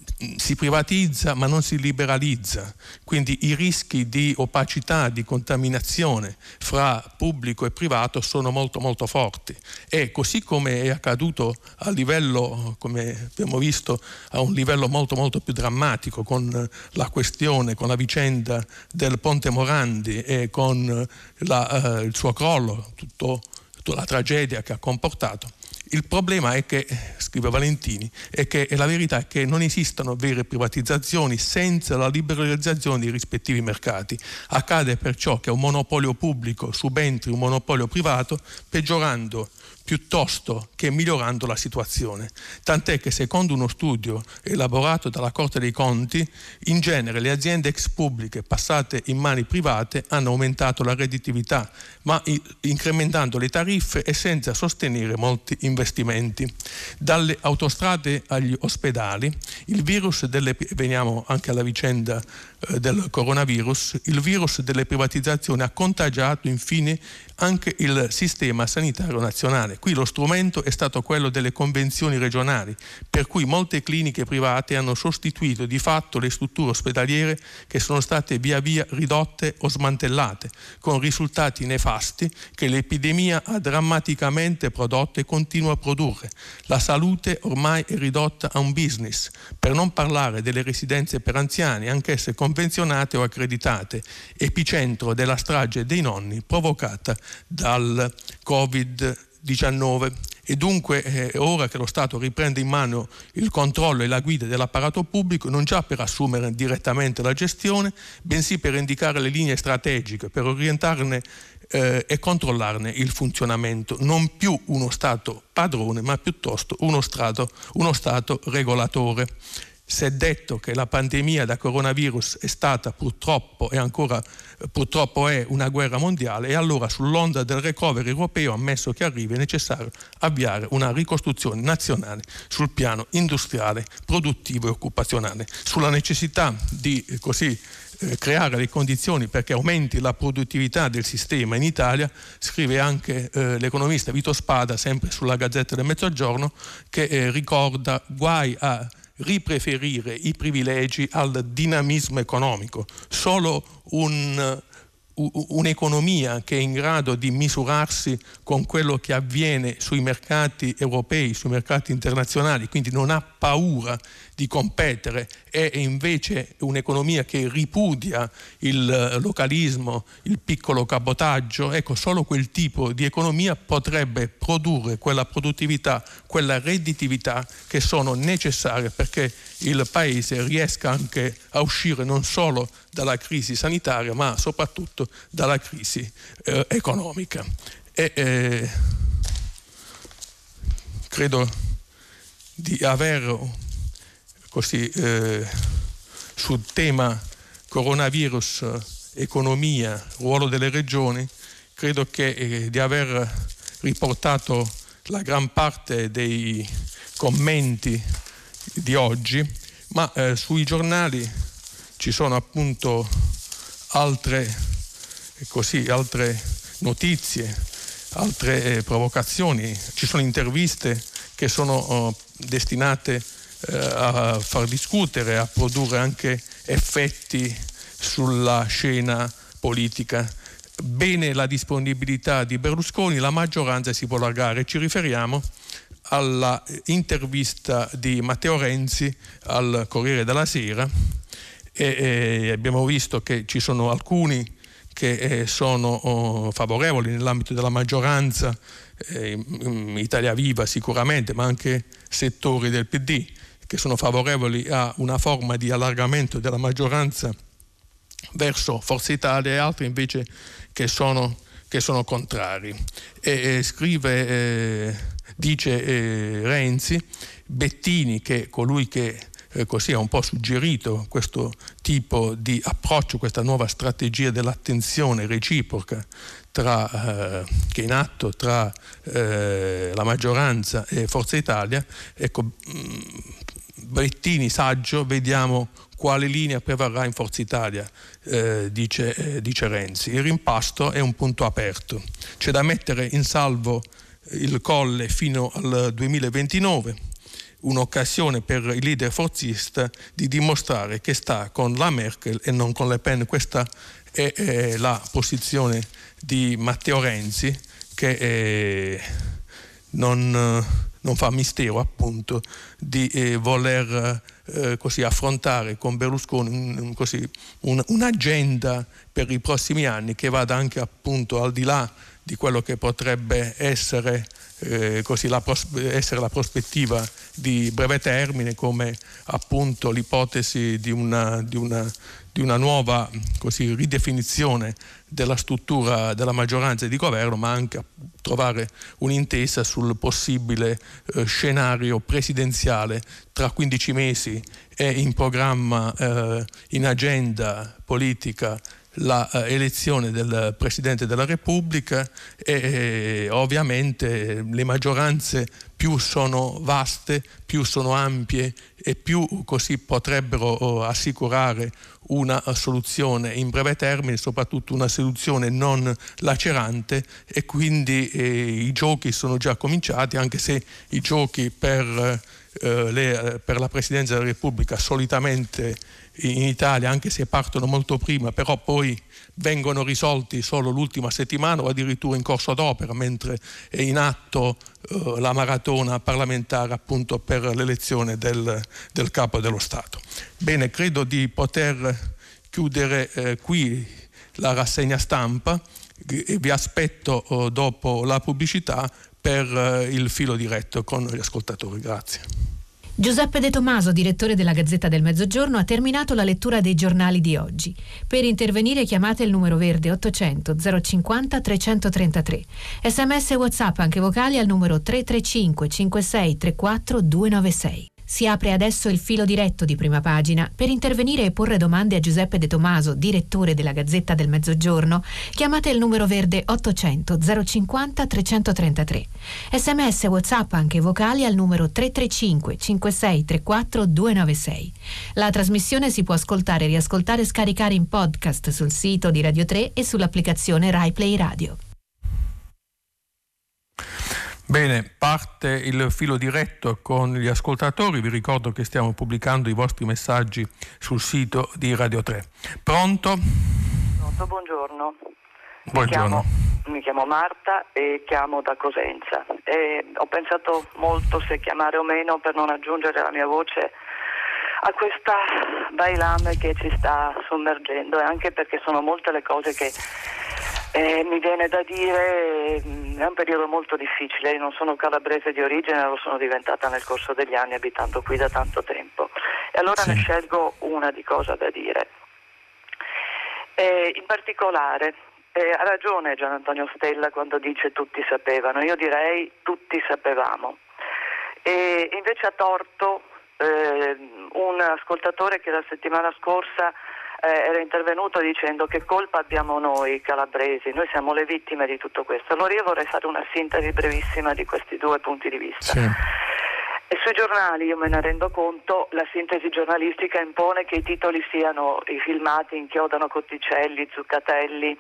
si privatizza ma non si liberalizza, quindi i rischi di opacità, di contaminazione fra pubblico e privato sono molto molto forti, e così come è accaduto a livello, come abbiamo visto, a un livello molto molto più drammatico con la questione, con la vicenda del Ponte Morandi e con la, eh, il suo crollo, tutto, tutta la tragedia che ha comportato. Il problema è che, scrive Valentini, è che è la verità è che non esistono vere privatizzazioni senza la liberalizzazione dei rispettivi mercati. Accade perciò che un monopolio pubblico subentri un monopolio privato, peggiorando piuttosto che migliorando la situazione. Tant'è che, secondo uno studio elaborato dalla Corte dei Conti, in genere le aziende ex pubbliche passate in mani private hanno aumentato la redditività, ma incrementando le tariffe e senza sostenere molti investimenti. Dalle autostrade agli ospedali, il virus delle, veniamo anche alla vicenda eh, del coronavirus, il virus delle privatizzazioni ha contagiato infine anche il sistema sanitario nazionale. Qui lo strumento è stato quello delle convenzioni regionali, per cui molte cliniche private hanno sostituito di fatto le strutture ospedaliere che sono state via via ridotte o smantellate, con risultati nefasti che l'epidemia ha drammaticamente prodotto e continua a produrre. La salute ormai è ridotta a un business, per non parlare delle residenze per anziani, anch'esse convenzionate o accreditate, epicentro della strage dei nonni provocata dal covid diciannove. E dunque eh, ora che lo Stato riprende in mano il controllo e la guida dell'apparato pubblico, non già per assumere direttamente la gestione, bensì per indicare le linee strategiche, per orientarne eh, e controllarne il funzionamento. Non più uno Stato padrone, ma piuttosto uno Stato, uno Stato regolatore. Si è detto che la pandemia da coronavirus è stata purtroppo e ancora purtroppo è una guerra mondiale, e allora sull'onda del recovery europeo, ammesso che arrivi, è necessario avviare una ricostruzione nazionale sul piano industriale, produttivo e occupazionale, sulla necessità di eh, così eh, creare le condizioni perché aumenti la produttività del sistema in Italia. Scrive anche eh, l'economista Vito Spada, sempre sulla Gazzetta del Mezzogiorno, che eh, ricorda: guai a ripreferire i privilegi al dinamismo economico. Solo un, un'economia che è in grado di misurarsi con quello che avviene sui mercati europei, sui mercati internazionali, quindi non ha paura di competere, è invece un'economia che ripudia il localismo, il piccolo cabotaggio. Ecco, solo quel tipo di economia potrebbe produrre quella produttività, quella redditività che sono necessarie perché il Paese riesca anche a uscire non solo dalla crisi sanitaria, ma soprattutto dalla crisi eh, economica. E, eh, credo di aver così eh, sul tema coronavirus, economia, ruolo delle regioni, credo che eh, di aver riportato la gran parte dei commenti di oggi, ma eh, sui giornali ci sono appunto altre, così, altre notizie, altre eh, provocazioni, ci sono interviste che sono oh, destinate eh, a far discutere, a produrre anche effetti sulla scena politica. Bene la disponibilità di Berlusconi, la maggioranza si può allargare. Ci riferiamo alla intervista di Matteo Renzi al Corriere della Sera e, e abbiamo visto che ci sono alcuni che eh, sono oh, favorevoli nell'ambito della maggioranza, eh, Italia Viva sicuramente, ma anche settori del P D che sono favorevoli a una forma di allargamento della maggioranza verso Forza Italia, e altri invece che sono, che sono contrari. E, e scrive, eh, dice eh, Renzi, Bettini, che colui che eh, così ha un po' suggerito questo tipo di approccio, questa nuova strategia dell'attenzione reciproca tra, eh, che è in atto tra eh, la maggioranza e Forza Italia, ecco, mh, Bettini saggio, vediamo quale linea prevarrà in Forza Italia, eh, dice, eh, dice Renzi. Il rimpasto è un punto aperto. C'è da mettere in salvo il Colle fino al duemilaventinove, un'occasione per il leader forzista di dimostrare che sta con la Merkel e non con Le Pen. Questa è, è la posizione di Matteo Renzi, che è, non, non fa mistero appunto di eh, voler eh, così affrontare con Berlusconi un, così, un, un'agenda per i prossimi anni che vada anche appunto al di là di quello che potrebbe essere eh, così la, pros- essere la prospettiva di breve termine, come appunto l'ipotesi di una, di una, di una nuova così, ridefinizione della struttura della maggioranza di governo, ma anche trovare un'intesa sul possibile eh, scenario presidenziale. Tra quindici mesi è in programma, eh, in agenda politica, la uh, elezione del Presidente della Repubblica e, e ovviamente le maggioranze più sono vaste, più sono ampie e più così potrebbero uh, assicurare una uh, soluzione in breve termine, soprattutto una soluzione non lacerante, e quindi eh, i giochi sono già cominciati, anche se i giochi per, uh, le, per la Presidenza della Repubblica solitamente in Italia, anche se partono molto prima, però poi vengono risolti solo l'ultima settimana o addirittura in corso d'opera, mentre è in atto eh, la maratona parlamentare appunto per l'elezione del, del capo dello Stato. Bene, credo di poter chiudere eh, qui la rassegna stampa e vi aspetto eh, dopo la pubblicità per eh, il filo diretto con gli ascoltatori. Grazie. Giuseppe De Tomaso, direttore della Gazzetta del Mezzogiorno, ha terminato la lettura dei giornali di oggi. Per intervenire chiamate il numero verde ottocento zero cinquanta trecentotrentatré. Sms e WhatsApp anche vocali al numero tre tre cinque cinque sei tre quattro due nove sei. Si apre adesso il filo diretto di Prima Pagina. Per intervenire e porre domande a Giuseppe De Tomaso, direttore della Gazzetta del Mezzogiorno, chiamate il numero verde ottocento zero cinquanta trecentotrentatré. Sms e WhatsApp anche vocali al numero tre tre cinque cinque sei tre quattro due nove sei. La trasmissione si può ascoltare, riascoltare e scaricare in podcast sul sito di Radio tre e sull'applicazione Rai Play Radio. Bene, parte il filo diretto con gli ascoltatori. Vi ricordo che stiamo pubblicando i vostri messaggi sul sito di Radio tre. Pronto? Pronto, buongiorno. Buongiorno. Mi chiamo, mi chiamo Marta e chiamo da Cosenza. E ho pensato molto se chiamare o meno per non aggiungere la mia voce a questa bailame che ci sta sommergendo, e anche perché sono molte le cose che Eh, mi viene da dire, è un periodo molto difficile. Io non sono calabrese di origine, lo sono diventata nel corso degli anni abitando qui da tanto tempo, E allora sì. ne scelgo una di cosa da dire. Eh, in particolare, eh, ha ragione Gian Antonio Stella quando dice tutti sapevano, io direi tutti sapevamo. E invece ha torto eh, un ascoltatore che la settimana scorsa eh, era intervenuto dicendo che colpa abbiamo noi calabresi, noi siamo le vittime di tutto questo. Allora io vorrei fare una sintesi brevissima di questi due punti di vista. Sì. E sui giornali, io me ne rendo conto, la sintesi giornalistica impone che i titoli siano i filmati inchiodano Cotticelli, Zuccatelli,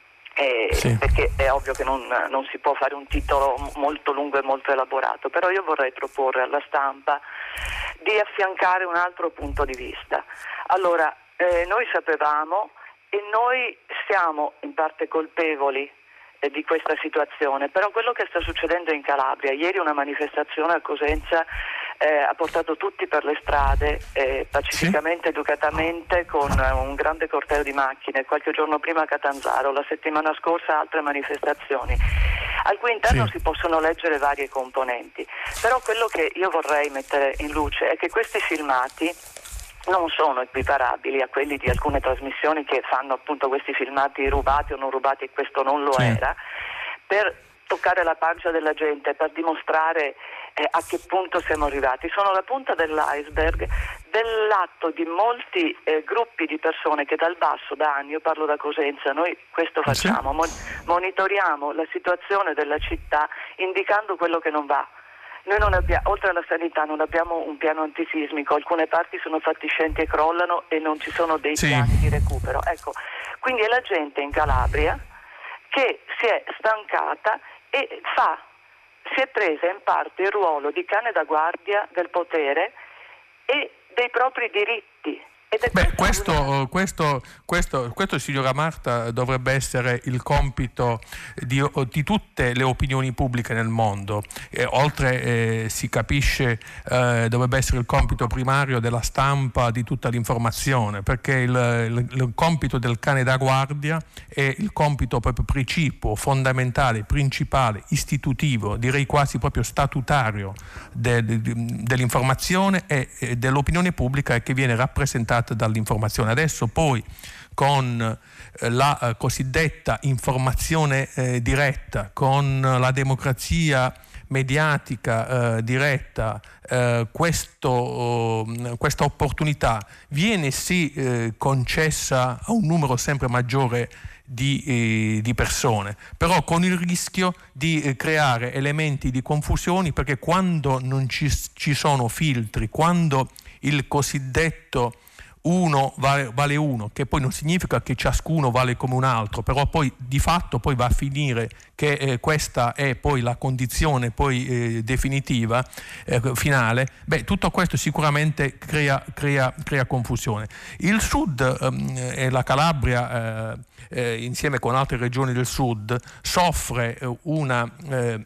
eh, sì. perché è ovvio che non, non si può fare un titolo molto lungo e molto elaborato, però io vorrei proporre alla stampa di affiancare un altro punto di vista. Allora, eh, noi sapevamo e noi siamo in parte colpevoli di questa situazione, però quello che sta succedendo in Calabria, ieri una manifestazione a Cosenza eh, ha portato tutti per le strade eh, pacificamente, sì. educatamente, con un grande corteo di macchine, qualche giorno prima a Catanzaro, la settimana scorsa altre manifestazioni, al cui interno sì. si possono leggere varie componenti, però quello che io vorrei mettere in luce è che questi filmati non sono equiparabili a quelli di alcune trasmissioni che fanno appunto questi filmati rubati o non rubati, e questo non lo sì. era, per toccare la pancia della gente, per dimostrare eh, a che punto siamo arrivati. Sono la punta dell'iceberg dell'atto di molti eh, gruppi di persone che dal basso, da anni, io parlo da Cosenza, noi questo facciamo, sì. mon- monitoriamo la situazione della città indicando quello che non va. Noi non abbiamo, oltre alla sanità, non abbiamo un piano antisismico, alcune parti sono fatiscenti e crollano e non ci sono dei sì. piani di recupero. Ecco, quindi è la gente in Calabria che si è stancata e fa, si è presa in parte il ruolo di cane da guardia del potere e dei propri diritti. Beh, questo, questo, questo, questo, signora Marta, dovrebbe essere il compito di, di tutte le opinioni pubbliche nel mondo. E oltre, eh, si capisce, eh, dovrebbe essere il compito primario della stampa, di tutta l'informazione, perché il, il, il compito del cane da guardia è il compito proprio precipuo, fondamentale, principale, istitutivo, direi quasi proprio statutario de, de, dell'informazione e, e dell'opinione pubblica, che viene rappresentata dall'informazione. Adesso poi con eh, la eh, cosiddetta informazione eh, diretta, con la democrazia mediatica eh, diretta, eh, questo, eh, questa opportunità viene sì eh, concessa a un numero sempre maggiore di, eh, di persone, però con il rischio di eh, creare elementi di confusione, perché quando non ci, ci sono filtri, quando il cosiddetto uno vale, vale uno, che poi non significa che ciascuno vale come un altro, però poi di fatto poi va a finire che eh, questa è poi la condizione poi eh, definitiva, eh, finale. Beh, tutto questo sicuramente crea, crea, crea confusione. Il Sud ehm, e la Calabria eh, eh, insieme con altre regioni del Sud soffre eh, una, eh,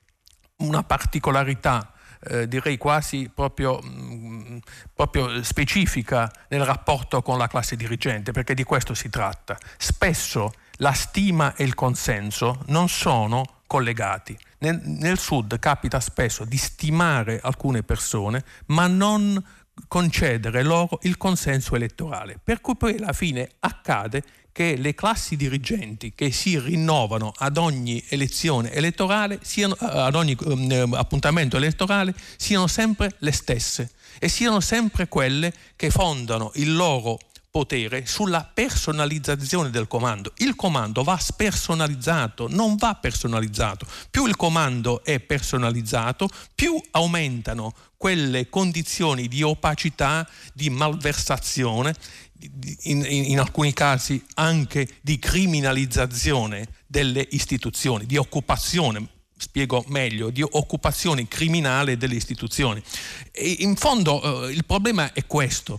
una particolarità, Eh, direi quasi proprio, mh, proprio specifica nel rapporto con la classe dirigente, perché di questo si tratta. Spesso la stima e il consenso non sono collegati. Nel, nel Sud capita spesso di stimare alcune persone, ma non concedere loro il consenso elettorale, per cui poi alla fine accade che le classi dirigenti che si rinnovano ad ogni elezione elettorale, siano, ad ogni um, appuntamento elettorale, siano sempre le stesse e siano sempre quelle che fondano il loro potere sulla personalizzazione del comando. Il comando va spersonalizzato, non va personalizzato. Più il comando è personalizzato, più aumentano quelle condizioni di opacità, di malversazione, In, in, in alcuni casi anche di criminalizzazione delle istituzioni, di occupazione, spiego meglio, di occupazione criminale delle istituzioni. E in fondo eh, il problema è questo.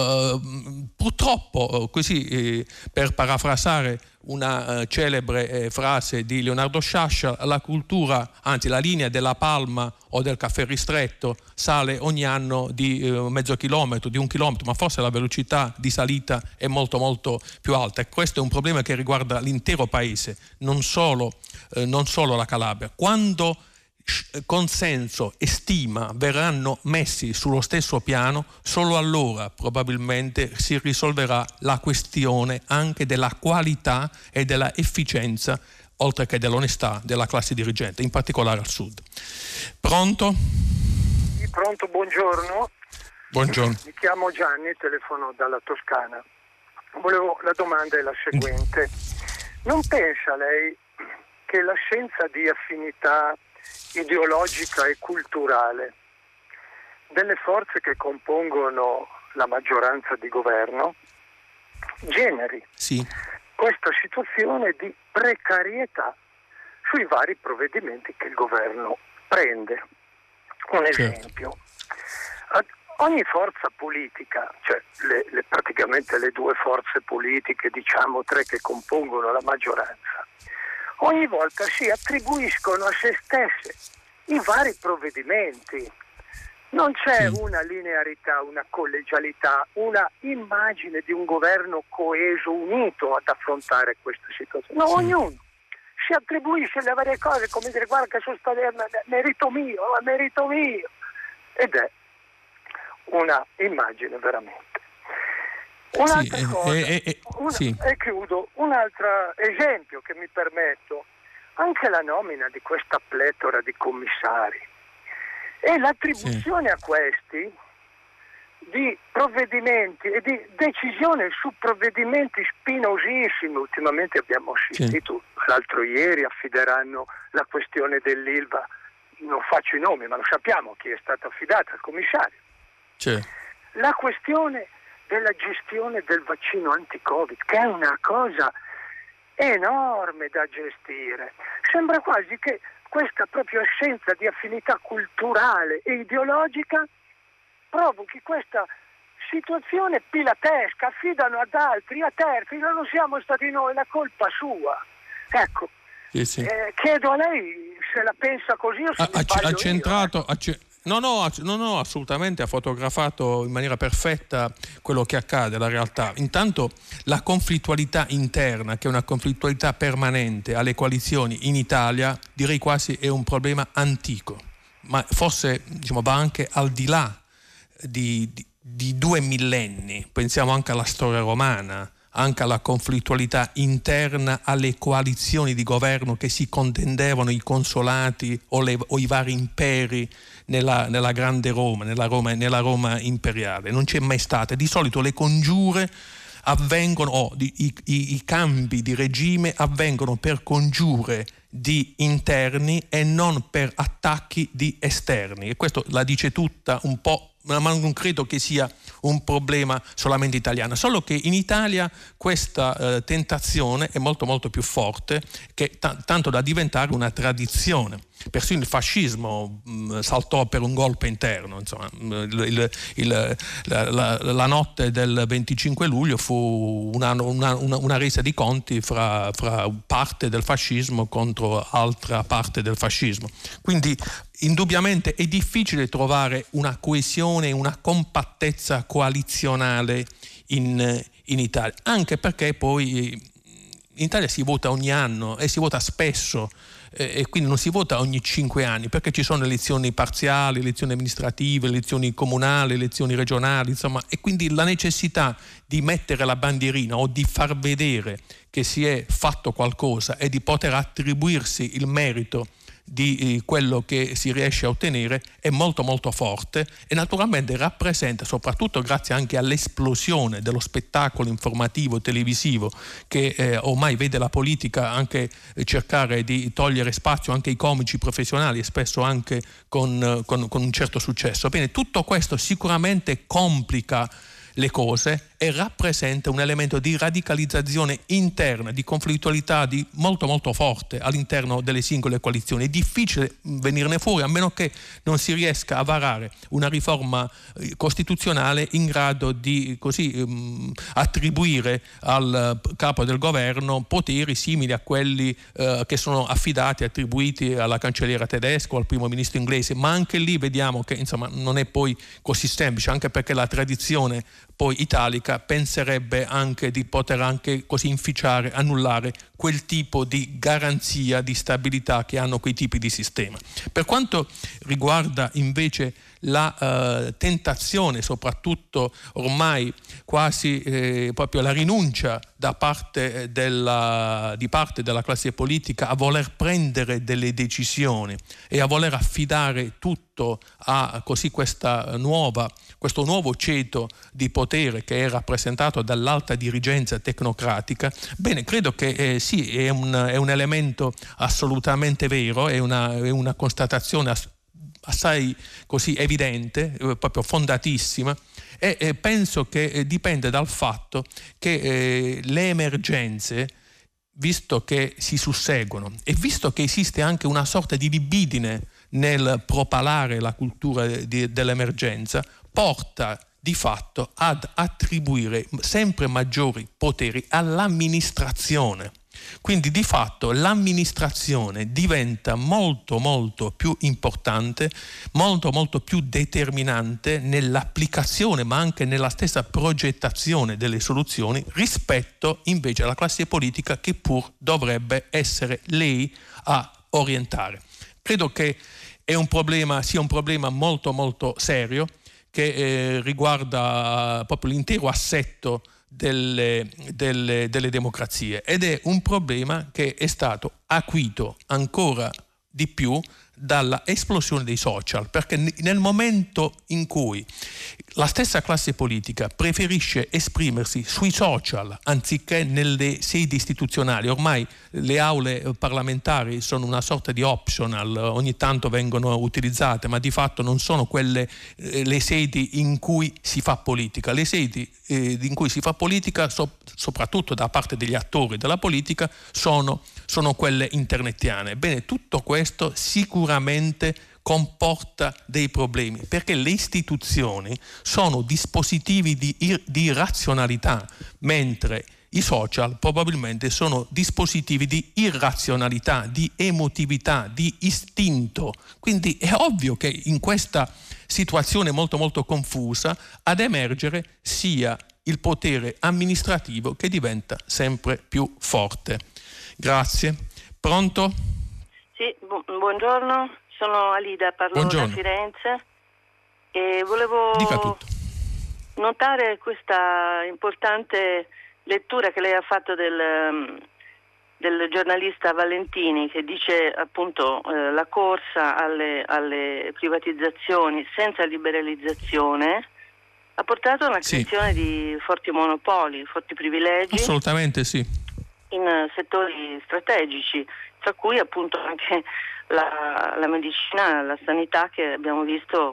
Uh, purtroppo, così eh, per parafrasare una uh, celebre eh, frase di Leonardo Sciascia, la cultura, anzi la linea della palma o del caffè ristretto sale ogni anno di eh, mezzo chilometro, di un chilometro, ma forse la velocità di salita è molto molto più alta, e questo è un problema che riguarda l'intero paese, non solo, eh, non solo la Calabria. Quando consenso e stima verranno messi sullo stesso piano, solo allora probabilmente si risolverà la questione anche della qualità e della efficienza, oltre che dell'onestà della classe dirigente, in particolare al sud. Pronto? Sì, pronto, buongiorno. Buongiorno. Mi chiamo Gianni, telefono dalla Toscana. Volevo, la domanda è la seguente. Non pensa lei che la scienza di affinità ideologica e culturale delle forze che compongono la maggioranza di governo generi sì. questa situazione di precarietà sui vari provvedimenti che il governo prende? Un esempio. Certo. Ogni forza politica, cioè le, le, praticamente le due forze politiche, diciamo tre che compongono la maggioranza, ogni volta si attribuiscono a se stesse i vari provvedimenti. Non c'è sì. una linearità, una collegialità, una immagine di un governo coeso, unito ad affrontare questa situazione. No, sì. ognuno si attribuisce le varie cose, come dire, guarda che sono state merito mio, merito mio. Ed è una immagine veramente. Un'altra sì, cosa, eh, eh, una, sì. e chiudo, un altro esempio che mi permetto, anche la nomina di questa pletora di commissari e l'attribuzione sì. a questi di provvedimenti e di decisioni su provvedimenti spinosissimi. Ultimamente abbiamo assistito, sì. l'altro ieri affideranno la questione dell'Ilva, non faccio i nomi ma lo sappiamo chi è stato affidato al commissario. Sì. La questione della gestione del vaccino anti-Covid, che è una cosa enorme da gestire. Sembra quasi che questa propria assenza di affinità culturale e ideologica provochi questa situazione pilatesca, affidano ad altri, a terzi, non siamo stati noi, la colpa sua. Ecco, sì, sì. Eh, chiedo a lei se la pensa così o se ha, mi sbaglio ha centrato, io. Ha ce- No, no, no, no, assolutamente, ha fotografato in maniera perfetta quello che accade, la realtà. Intanto la conflittualità interna, che è una conflittualità permanente alle coalizioni in Italia, direi quasi è un problema antico, ma forse diciamo, va anche al di là di, di, di due millenni. Pensiamo anche alla storia romana, anche alla conflittualità interna alle coalizioni di governo che si contendevano i consolati o, le, o i vari imperi nella, nella grande Roma, nella Roma, nella Roma imperiale. Non c'è mai stata. Di solito le congiure avvengono, o i, i, i cambi di regime avvengono per congiure di interni e non per attacchi di esterni. E questo la dice tutta un po', ma non credo che sia un problema solamente italiano, solo che in Italia questa eh, tentazione è molto molto più forte, che t- tanto da diventare una tradizione. Persino il fascismo mh, saltò per un golpe interno, insomma, il, il, il, la, la, la notte del venticinque luglio fu una, una, una, una resa di conti fra, fra parte del fascismo contro altra parte del fascismo. Quindi indubbiamente è difficile trovare una coesione, una compattezza coalizionale in, in Italia, anche perché poi in Italia si vota ogni anno e si vota spesso, e quindi non si vota ogni cinque anni, perché ci sono elezioni parziali, elezioni amministrative, elezioni comunali, elezioni regionali, insomma, e quindi la necessità di mettere la bandierina o di far vedere che si è fatto qualcosa e di poter attribuirsi il merito di quello che si riesce a ottenere è molto molto forte e naturalmente rappresenta, soprattutto grazie anche all'esplosione dello spettacolo informativo televisivo che eh, ormai vede la politica anche cercare di togliere spazio anche ai comici professionali e spesso anche con, con, con un certo successo. Bene, tutto questo sicuramente complica le cose e rappresenta un elemento di radicalizzazione interna, di conflittualità di molto molto forte all'interno delle singole coalizioni. È difficile venirne fuori a meno che non si riesca a varare una riforma costituzionale in grado di così um, attribuire al capo del governo poteri simili a quelli uh, che sono affidati, attribuiti alla cancelliera tedesca o al primo ministro inglese, ma anche lì vediamo che insomma non è poi così semplice, anche perché la tradizione poi italica, penserebbe anche di poter anche così inficiare, annullare quel tipo di garanzia di stabilità che hanno quei tipi di sistema. Per quanto riguarda invece la eh, tentazione, soprattutto ormai quasi eh, proprio la rinuncia da parte della, di parte della classe politica a voler prendere delle decisioni e a voler affidare tutto a così questa nuova, questo nuovo ceto di potere che è rappresentato dall'alta dirigenza tecnocratica, bene, credo che eh, sì, è un, è un elemento assolutamente vero, è una, è una constatazione assolutamente assai così evidente, eh, proprio fondatissima, e eh, penso che eh, dipende dal fatto che eh, le emergenze, visto che si susseguono e visto che esiste anche una sorta di libidine nel propalare la cultura di, dell'emergenza, porta di fatto ad attribuire sempre maggiori poteri all'amministrazione. Quindi di fatto l'amministrazione diventa molto molto più importante, molto molto più determinante nell'applicazione ma anche nella stessa progettazione delle soluzioni rispetto invece alla classe politica che pur dovrebbe essere lei a orientare. Credo che è un problema, sia un problema molto molto serio che eh, riguarda proprio l'intero assetto Delle, delle, delle democrazie ed è un problema che è stato acuito ancora di più dalla esplosione dei social, perché nel momento in cui la stessa classe politica preferisce esprimersi sui social anziché nelle sedi istituzionali, ormai le aule parlamentari sono una sorta di optional, ogni tanto vengono utilizzate, ma di fatto non sono quelle eh, le sedi in cui si fa politica. Le sedi eh, in cui si fa politica, so, soprattutto da parte degli attori della politica, sono, sono quelle internetiane. Bene, tutto questo sicuramente comporta dei problemi, perché le istituzioni sono dispositivi di, ir- di razionalità, mentre i social probabilmente sono dispositivi di irrazionalità, di emotività, di istinto. Quindi è ovvio che in questa situazione molto molto confusa ad emergere sia il potere amministrativo che diventa sempre più forte. Grazie. Pronto? Sì, bu- buongiorno. Sono Alida, parlo Buongiorno. da Firenze e volevo Dica tutto. notare questa importante lettura che lei ha fatto del, del giornalista Valentini, che dice appunto eh, la corsa alle, alle privatizzazioni senza liberalizzazione ha portato a una Sì. creazione di forti monopoli, forti privilegi. Assolutamente sì. In settori strategici, tra cui appunto anche la, la medicina, la sanità, che abbiamo visto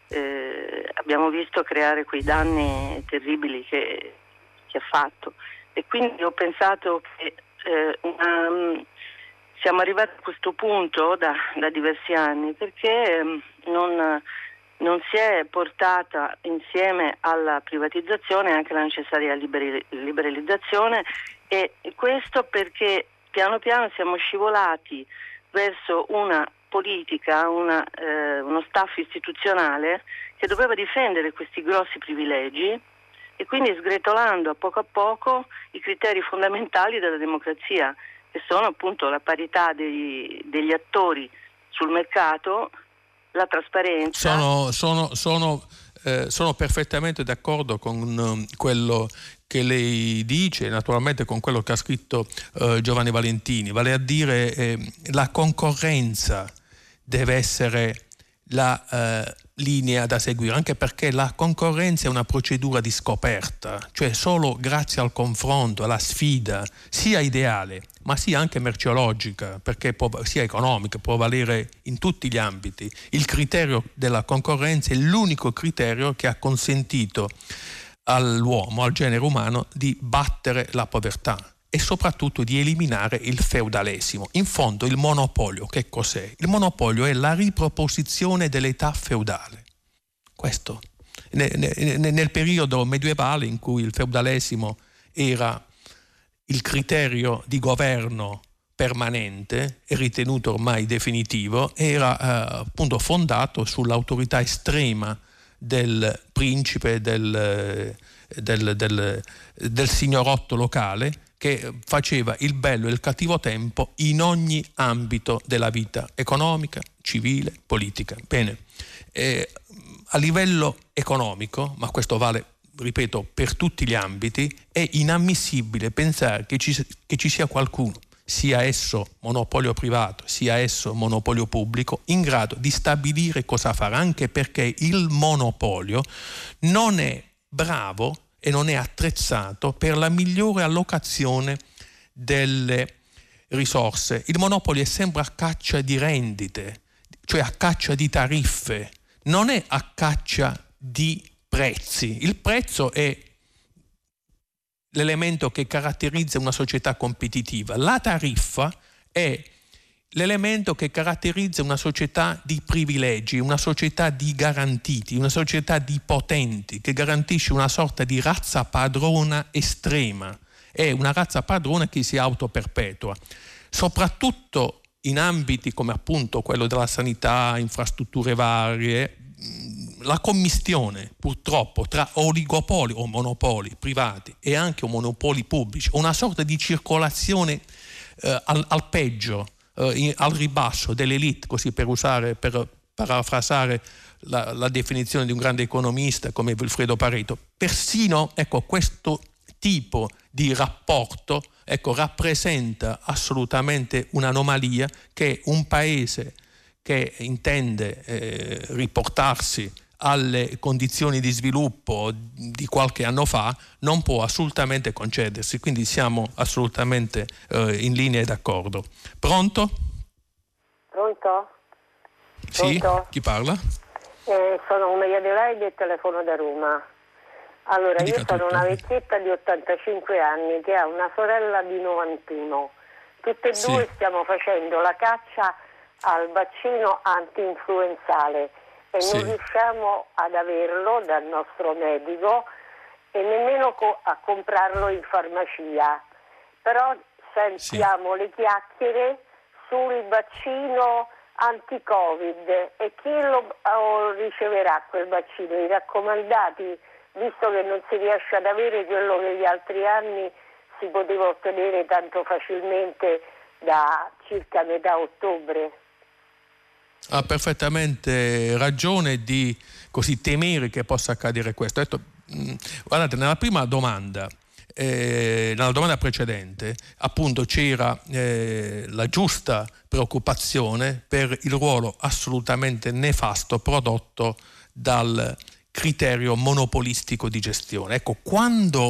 eh, abbiamo visto creare quei danni terribili che, che ha fatto. E quindi ho pensato che eh, una, siamo arrivati a questo punto da, da diversi anni perché eh, non, non si è portata insieme alla privatizzazione anche la necessaria liber- liberalizzazione, e questo perché piano piano siamo scivolati verso una politica, una, eh, uno staff istituzionale che doveva difendere questi grossi privilegi e quindi sgretolando a poco a poco i criteri fondamentali della democrazia, che sono appunto la parità degli, degli attori sul mercato, la trasparenza. Sono, sono, sono, eh, sono perfettamente d'accordo con um, quello che lei dice, naturalmente con quello che ha scritto eh, Giovanni Valentini, vale a dire eh, la concorrenza deve essere la eh, linea da seguire, anche perché la concorrenza è una procedura di scoperta, cioè solo grazie al confronto, alla sfida, sia ideale ma sia anche merceologica, perché può, sia economica, può valere in tutti gli ambiti. Il criterio della concorrenza è l'unico criterio che ha consentito all'uomo, al genere umano, di battere la povertà e soprattutto di eliminare il feudalesimo. In fondo il monopolio che cos'è? Il monopolio è la riproposizione dell'età feudale. Questo nel, nel periodo medievale in cui il feudalesimo era il criterio di governo permanente e ritenuto ormai definitivo, era eh, appunto fondato sull'autorità estrema del principe, del, del, del, del signorotto locale che faceva il bello e il cattivo tempo in ogni ambito della vita economica, civile, politica. Bene, eh, a livello economico, ma questo vale, ripeto, per tutti gli ambiti, è inammissibile pensare che ci, che ci sia qualcuno, sia esso monopolio privato, sia esso monopolio pubblico, in grado di stabilire cosa fare, anche perché il monopolio non è bravo e non è attrezzato per la migliore allocazione delle risorse. Il monopolio è sempre a caccia di rendite, cioè a caccia di tariffe, non è a caccia di prezzi. Il prezzo è l'elemento che caratterizza una società competitiva. La tariffa è l'elemento che caratterizza una società di privilegi, una società di garantiti, una società di potenti, che garantisce una sorta di razza padrona estrema. È una razza padrona che si autoperpetua, soprattutto in ambiti come appunto quello della sanità, infrastrutture varie. La commistione purtroppo tra oligopoli o monopoli privati e anche monopoli pubblici, una sorta di circolazione eh, al, al peggio, eh, al ribasso dell'elite, così per usare, per parafrasare la, la definizione di un grande economista come Vilfredo Pareto. Persino ecco, questo tipo di rapporto ecco, rappresenta assolutamente un'anomalia che un paese che intende eh, riportarsi alle condizioni di sviluppo di qualche anno fa non può assolutamente concedersi, quindi siamo assolutamente eh, in linea e d'accordo. Pronto? Pronto? Sì, Pronto? chi parla? Eh, sono Maria Adelaide e telefono da Roma. Allora, Dica io sono tutto. una vecchietta di ottantacinque anni che ha una sorella di novantuno. Tutte e Sì. due stiamo facendo la caccia al vaccino anti-influenzale e Sì. non riusciamo ad averlo dal nostro medico e nemmeno co- a comprarlo in farmacia. Però sentiamo sì. le chiacchiere sul vaccino anti-Covid e chi lo oh, riceverà quel vaccino? I raccomandati, visto che non si riesce ad avere quello che gli altri anni si poteva ottenere tanto facilmente da circa metà ottobre. Ha perfettamente ragione di così temere che possa accadere questo. Ho detto, mh, guardate, nella prima domanda, eh, nella domanda precedente, appunto c'era eh, la giusta preoccupazione per il ruolo assolutamente nefasto prodotto dal criterio monopolistico di gestione. Ecco, quando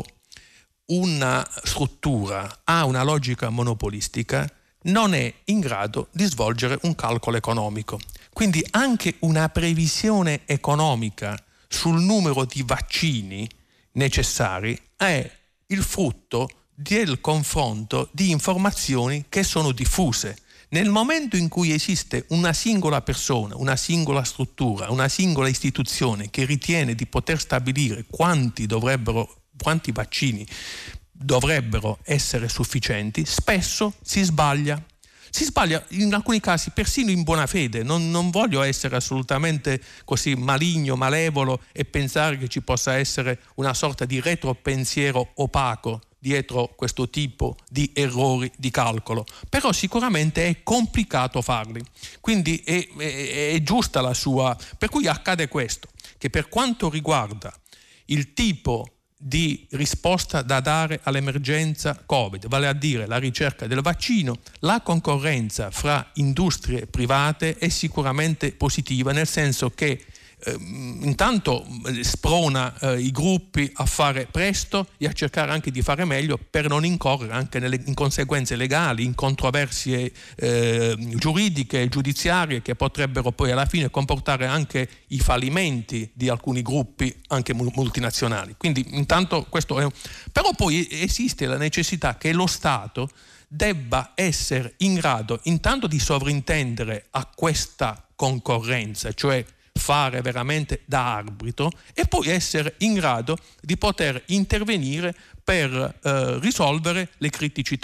una struttura ha una logica monopolistica, non è in grado di svolgere un calcolo economico. Quindi anche una previsione economica sul numero di vaccini necessari è il frutto del confronto di informazioni che sono diffuse. Nel momento in cui esiste una singola persona, una singola struttura, una singola istituzione che ritiene di poter stabilire quanti dovrebbero, quanti vaccini dovrebbero essere sufficienti, spesso si sbaglia. Si sbaglia in alcuni casi persino in buona fede. Non, non voglio essere assolutamente così maligno, malevolo e pensare che ci possa essere una sorta di retropensiero opaco dietro questo tipo di errori di calcolo, però sicuramente è complicato farli. Quindi è, è, è giusta la sua... Per cui accade questo, che per quanto riguarda il tipo di risposta da dare all'emergenza Covid, vale a dire la ricerca del vaccino, la concorrenza fra industrie private è sicuramente positiva, nel senso che eh, intanto sprona eh, i gruppi a fare presto e a cercare anche di fare meglio per non incorrere anche nelle, in conseguenze legali, in controversie eh, giuridiche e giudiziarie che potrebbero poi alla fine comportare anche i fallimenti di alcuni gruppi anche multinazionali. Quindi intanto questo è un... Però poi esiste la necessità che lo Stato debba essere in grado intanto di sovrintendere a questa concorrenza, cioè fare veramente da arbitro, e poi essere in grado di poter intervenire per eh, risolvere le criticità.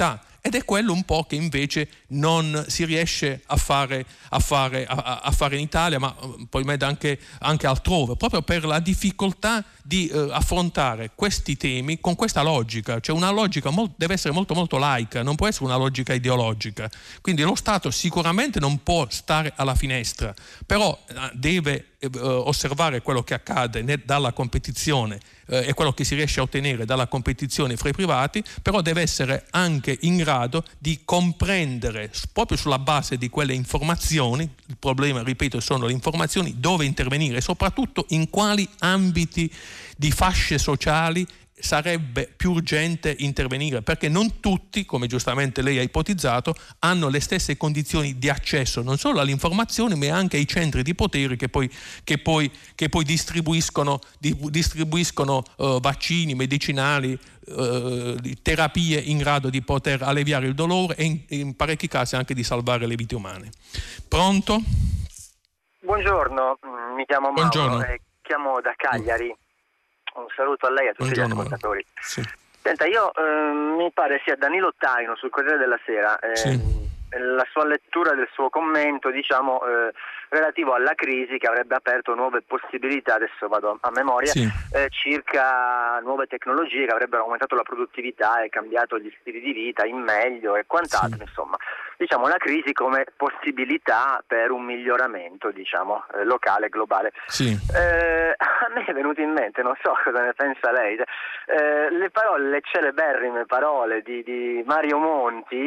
ed è quello un po' che invece non si riesce a fare, a fare, a, a fare in Italia, ma probabilmente anche, anche altrove, proprio per la difficoltà di eh, affrontare questi temi con questa logica, cioè una logica molt- deve essere molto molto laica, non può essere una logica ideologica. Quindi lo Stato sicuramente non può stare alla finestra, però eh, deve eh, osservare quello che accade ne- dalla competizione eh, e quello che si riesce a ottenere dalla competizione fra i privati, però deve essere anche in grado di comprendere proprio sulla base di quelle informazioni, il problema, ripeto, sono le informazioni, dove intervenire e soprattutto in quali ambiti di fasce sociali sarebbe più urgente intervenire, perché non tutti, come giustamente lei ha ipotizzato, hanno le stesse condizioni di accesso non solo all'informazione ma anche ai centri di potere che poi, che poi, che poi distribuiscono, di, distribuiscono uh, vaccini, medicinali, uh, terapie in grado di poter alleviare il dolore e in, in parecchi casi anche di salvare le vite umane. Pronto? Buongiorno, mi chiamo Mauro. Buongiorno. E chiamo da Cagliari. Un saluto a lei e a tutti Buongiorno. gli ascoltatori. Sì. Senta, io eh, mi pare sia Danilo Taino sul Corriere della Sera. Eh, Sì. La sua lettura del suo commento, diciamo, eh, relativo alla crisi che avrebbe aperto nuove possibilità, adesso vado a memoria, Sì. eh, circa nuove tecnologie che avrebbero aumentato la produttività e cambiato gli stili di vita in meglio e quant'altro, Sì. insomma. Diciamo la crisi come possibilità per un miglioramento, diciamo, eh, locale e globale. Sì. Eh, a me è venuto in mente, non so cosa ne pensa lei, eh, le parole, le celeberrime parole di, di Mario Monti,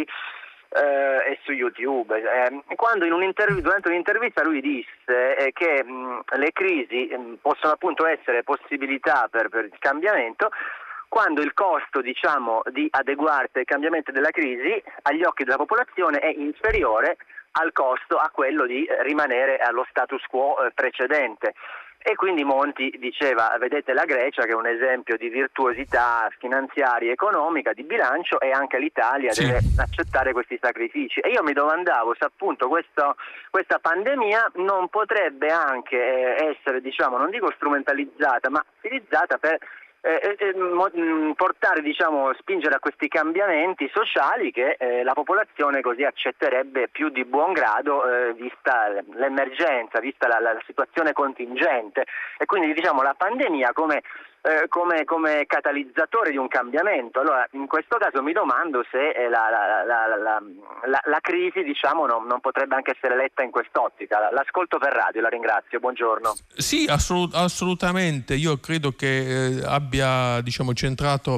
eh, e su YouTube, eh, quando in un'interv- durante un'intervista lui disse eh, che mh, le crisi mh, possono appunto essere possibilità per, per il cambiamento, quando il costo, diciamo, di adeguarsi ai cambiamenti della crisi agli occhi della popolazione è inferiore al costo, a quello di rimanere allo status quo eh, precedente. E quindi Monti diceva, vedete la Grecia che è un esempio di virtuosità finanziaria, economica, di bilancio, e anche l'Italia Sì. deve accettare questi sacrifici. E io mi domandavo se appunto questo, questa pandemia non potrebbe anche eh, essere, diciamo, non dico strumentalizzata, ma utilizzata per Eh, eh, mo- portare, diciamo, spingere a questi cambiamenti sociali che eh, la popolazione così accetterebbe più di buon grado, eh, vista l'emergenza, vista la, la situazione contingente, e quindi, diciamo, la pandemia come, eh, come, come catalizzatore di un cambiamento. Allora, in questo caso mi domando se eh, la, la, la, la, la, la crisi, diciamo, non, non potrebbe anche essere letta in quest'ottica. L'ascolto per radio, la ringrazio, buongiorno. Sì, assolut- assolutamente. Io credo che eh, abbia, diciamo, centrato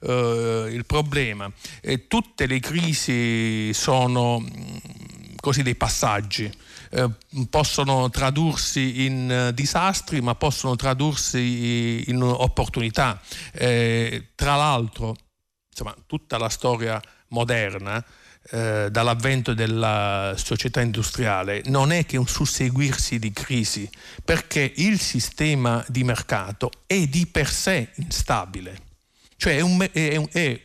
eh, il problema. E tutte le crisi sono mh, così dei passaggi. Eh, possono tradursi in uh, disastri, ma possono tradursi in opportunità. Eh, tra l'altro, insomma, tutta la storia moderna, Eh, dall'avvento della società industriale, non è che un susseguirsi di crisi, perché il sistema di mercato è di per sé instabile. Cioè è un, è un, è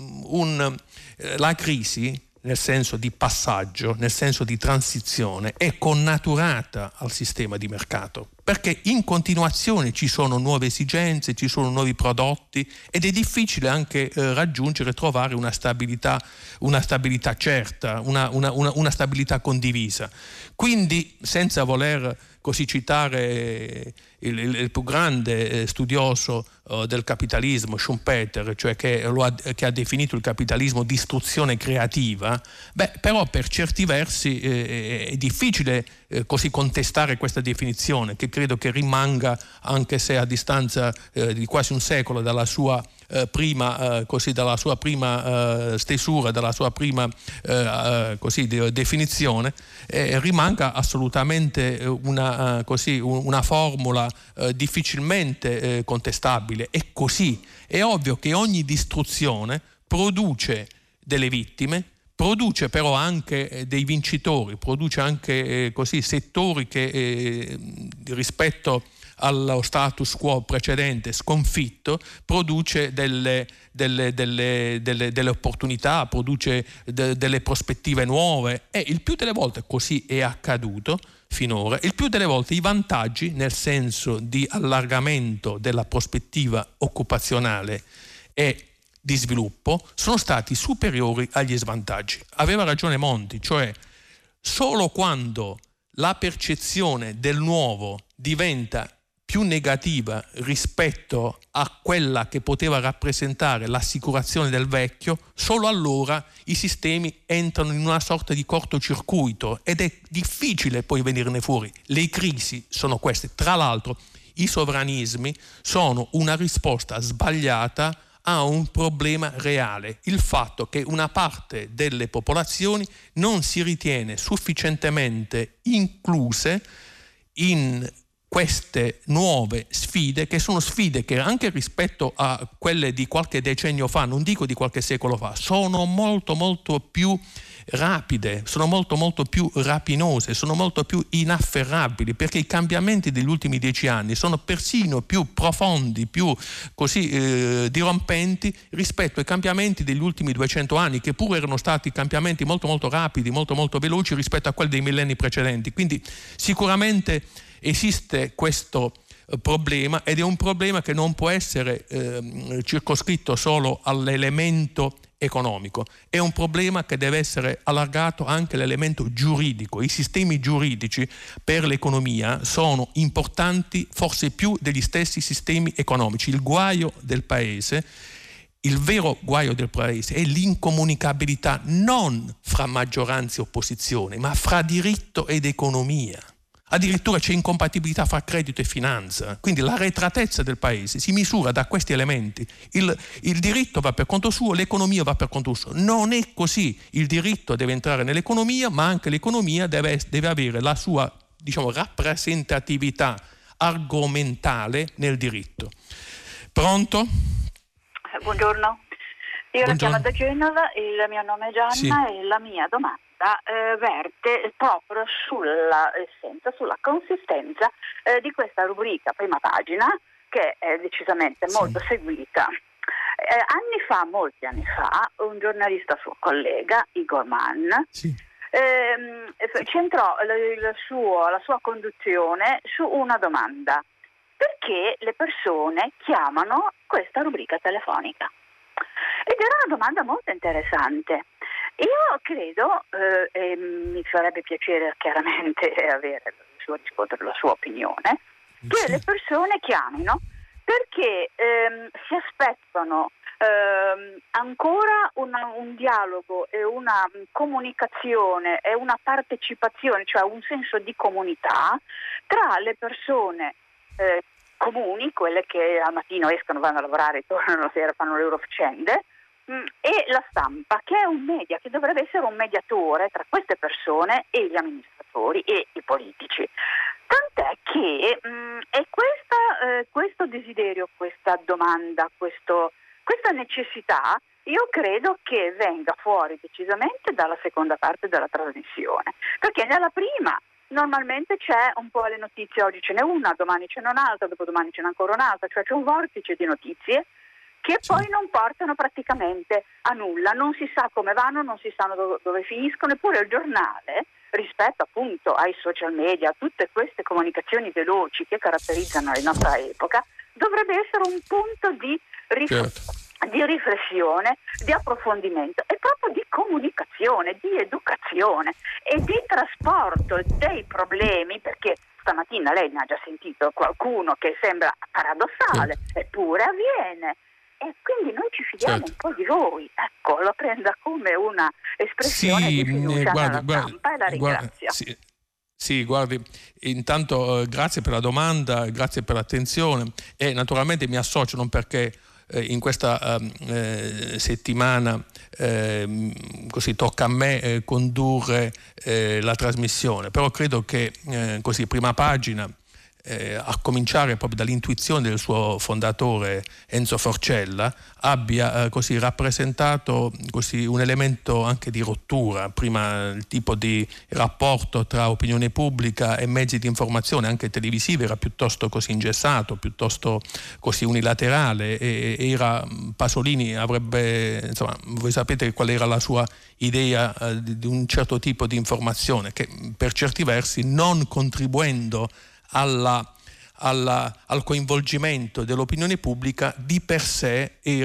un, la crisi, nel senso di passaggio, nel senso di transizione, è connaturata al sistema di mercato, perché in continuazione ci sono nuove esigenze, ci sono nuovi prodotti, ed è difficile anche eh, raggiungere, trovare una stabilità, una stabilità certa, una, una, una, una stabilità condivisa. Quindi, senza voler così citare il, il, il più grande studioso uh, del capitalismo, Schumpeter, cioè che, lo ha, che ha definito il capitalismo distruzione creativa, beh, però per certi versi eh, è difficile eh, così contestare questa definizione, che credo che rimanga, anche se a distanza eh, di quasi un secolo dalla sua eh, prima eh, così dalla sua prima eh, stesura, dalla sua prima eh, così de- definizione, eh, rimanga assolutamente una, eh, così, una formula eh, difficilmente eh, contestabile. È così. È ovvio che ogni distruzione produce delle vittime, produce però anche eh, dei vincitori, produce anche eh, così settori che eh, rispetto allo status quo precedente sconfitto produce delle, delle, delle, delle, delle opportunità, produce de, delle prospettive nuove, e il più delle volte così è accaduto finora. Il più delle volte i vantaggi, nel senso di allargamento della prospettiva occupazionale e di sviluppo sono stati superiori agli svantaggi. Aveva ragione Monti, cioè solo quando la percezione del nuovo diventa più negativa rispetto a quella che poteva rappresentare l'assicurazione del vecchio, solo allora i sistemi entrano in una sorta di cortocircuito ed è difficile poi venirne fuori. Le crisi sono queste. Tra l'altro, i sovranismi sono una risposta sbagliata a un problema reale, il fatto che una parte delle popolazioni non si ritiene sufficientemente incluse in queste nuove sfide, che sono sfide che anche rispetto a quelle di qualche decennio fa, non dico di qualche secolo fa, sono molto molto più rapide, sono molto molto più rapinose, sono molto più inafferrabili, perché i cambiamenti degli ultimi dieci anni sono persino più profondi, più così eh, dirompenti rispetto ai cambiamenti degli ultimi duecento anni, che pure erano stati cambiamenti molto molto rapidi, molto molto veloci rispetto a quelli dei millenni precedenti. Quindi sicuramente esiste questo problema ed è un problema che non può essere eh, circoscritto solo all'elemento economico, è un problema che deve essere allargato anche all'elemento giuridico. I sistemi giuridici per l'economia sono importanti forse più degli stessi sistemi economici. Il guaio del paese, il vero guaio del paese è l'incomunicabilità non fra maggioranza e opposizione, ma fra diritto ed economia. Addirittura c'è incompatibilità fra credito e finanza, quindi l'arretratezza del paese si misura da questi elementi. Il, il diritto va per conto suo, l'economia va per conto suo. Non è così, il diritto deve entrare nell'economia, ma anche l'economia deve, deve avere la sua, diciamo, rappresentatività argomentale nel diritto. Pronto? Buongiorno, io la chiamo da Genova, il mio nome è Gianna, sì. E la mia domanda Eh, verte proprio sulla essenza, sulla consistenza eh, di questa rubrica prima pagina, che è decisamente sì. molto seguita. Eh, anni fa, molti anni fa, un giornalista suo collega, Igor Mann, sì. ehm, centrò il, il suo, la sua conduzione su una domanda: perché le persone chiamano questa rubrica telefonica? Ed era una domanda molto interessante. Io credo, eh, e mi farebbe piacere chiaramente avere il suo riscontro, la sua opinione, che sì. le persone chiamino perché ehm, si aspettano ehm, ancora una, un dialogo e una comunicazione e una partecipazione, cioè un senso di comunità tra le persone eh, comuni, quelle che al mattino escono, vanno a lavorare, tornano la sera, fanno le loro faccende, e la stampa, che è un media, che dovrebbe essere un mediatore tra queste persone e gli amministratori e i politici. Tant'è che mh, è questa, eh, questo desiderio, questa domanda, questo, questa necessità, io credo che venga fuori decisamente dalla seconda parte della trasmissione, perché nella prima normalmente c'è un po' le notizie, oggi ce n'è una, domani ce n'è un'altra, dopodomani ce n'è ancora un'altra, cioè c'è un vortice di notizie che sì. poi non portano praticamente a nulla, non si sa come vanno, non si sa dove, dove finiscono, eppure il giornale, rispetto appunto ai social media, a tutte queste comunicazioni veloci che caratterizzano la nostra epoca, dovrebbe essere un punto di, rif- certo. di riflessione, di approfondimento e proprio di comunicazione, di educazione e di trasporto dei problemi, perché stamattina lei ne ha già sentito qualcuno che sembra paradossale, sì. eppure avviene. E quindi noi ci fidiamo certo. un po' di voi, ecco, lo prenda come una espressione sì, di fiducia guardi, nella guardi, stampa e la ringrazio. Guardi, sì, sì, guardi, intanto eh, grazie per la domanda, grazie per l'attenzione e naturalmente mi associo, non perché eh, in questa eh, settimana eh, così tocca a me eh, condurre eh, la trasmissione, però credo che eh, così prima pagina, Eh, a cominciare proprio dall'intuizione del suo fondatore Enzo Forcella, abbia eh, così rappresentato così un elemento anche di rottura. Prima il tipo di rapporto tra opinione pubblica e mezzi di informazione anche televisivi era piuttosto così ingessato, piuttosto così unilaterale, e, e era Pasolini avrebbe, insomma, voi sapete qual era la sua idea eh, di, di un certo tipo di informazione che per certi versi, non contribuendo Alla, alla, al coinvolgimento dell'opinione pubblica, di per sé era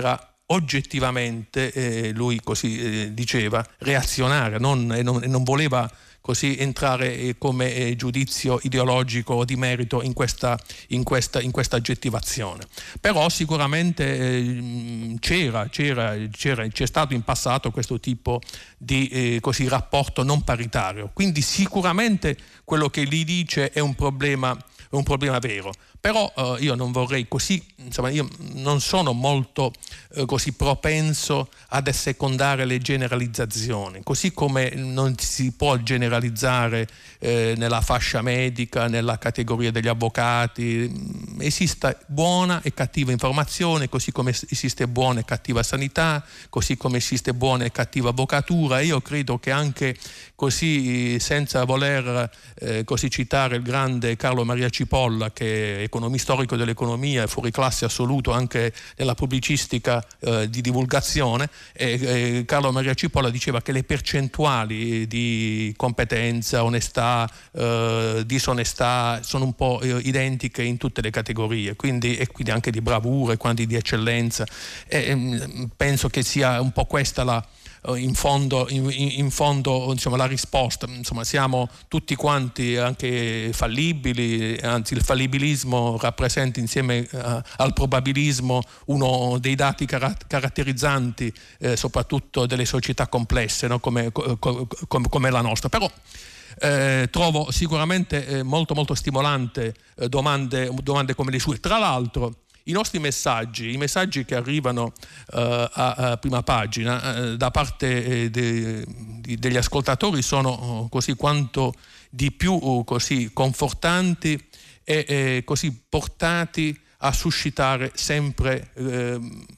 oggettivamente, eh, lui così eh, diceva, reazionaria, non, e non, e non voleva così entrare eh, come eh, giudizio ideologico o di merito in questa, in questa, in questa aggettivazione. Però sicuramente eh, c'era, c'era, c'era, c'è stato in passato questo tipo di eh, così, rapporto non paritario. Quindi sicuramente quello che lì dice è un problema, è un problema vero. Però eh, io non vorrei così, insomma, io non sono molto eh, così propenso ad assecondare le generalizzazioni, così come non si può generalizzare eh, nella fascia medica, nella categoria degli avvocati. Esiste buona e cattiva informazione, così come esiste buona e cattiva sanità, così come esiste buona e cattiva avvocatura. Io credo che anche così, senza voler eh, così citare il grande Carlo Maria Cipolla, che è economista storico dell'economia, fuori classe assoluto anche nella pubblicistica eh, di divulgazione, e, e Carlo Maria Cipolla diceva che le percentuali di competenza, onestà, eh, disonestà sono un po' eh, identiche in tutte le categorie, quindi, e quindi anche di bravura e quindi di eccellenza. E, e, penso che sia un po' questa la In fondo, in, in fondo insomma, la risposta. Insomma, siamo tutti quanti anche fallibili, anzi il fallibilismo rappresenta insieme uh, al probabilismo uno dei dati car- caratterizzanti eh, soprattutto delle società complesse, no? come, co- com- come la nostra. Però Eh, trovo sicuramente eh, molto molto stimolante eh, domande, domande come le sue. Tra l'altro i nostri messaggi, i messaggi che arrivano uh, a, a prima pagina uh, da parte eh, de, de, degli ascoltatori sono uh, così quanto di più uh, così confortanti e eh, così portati a suscitare sempre eh,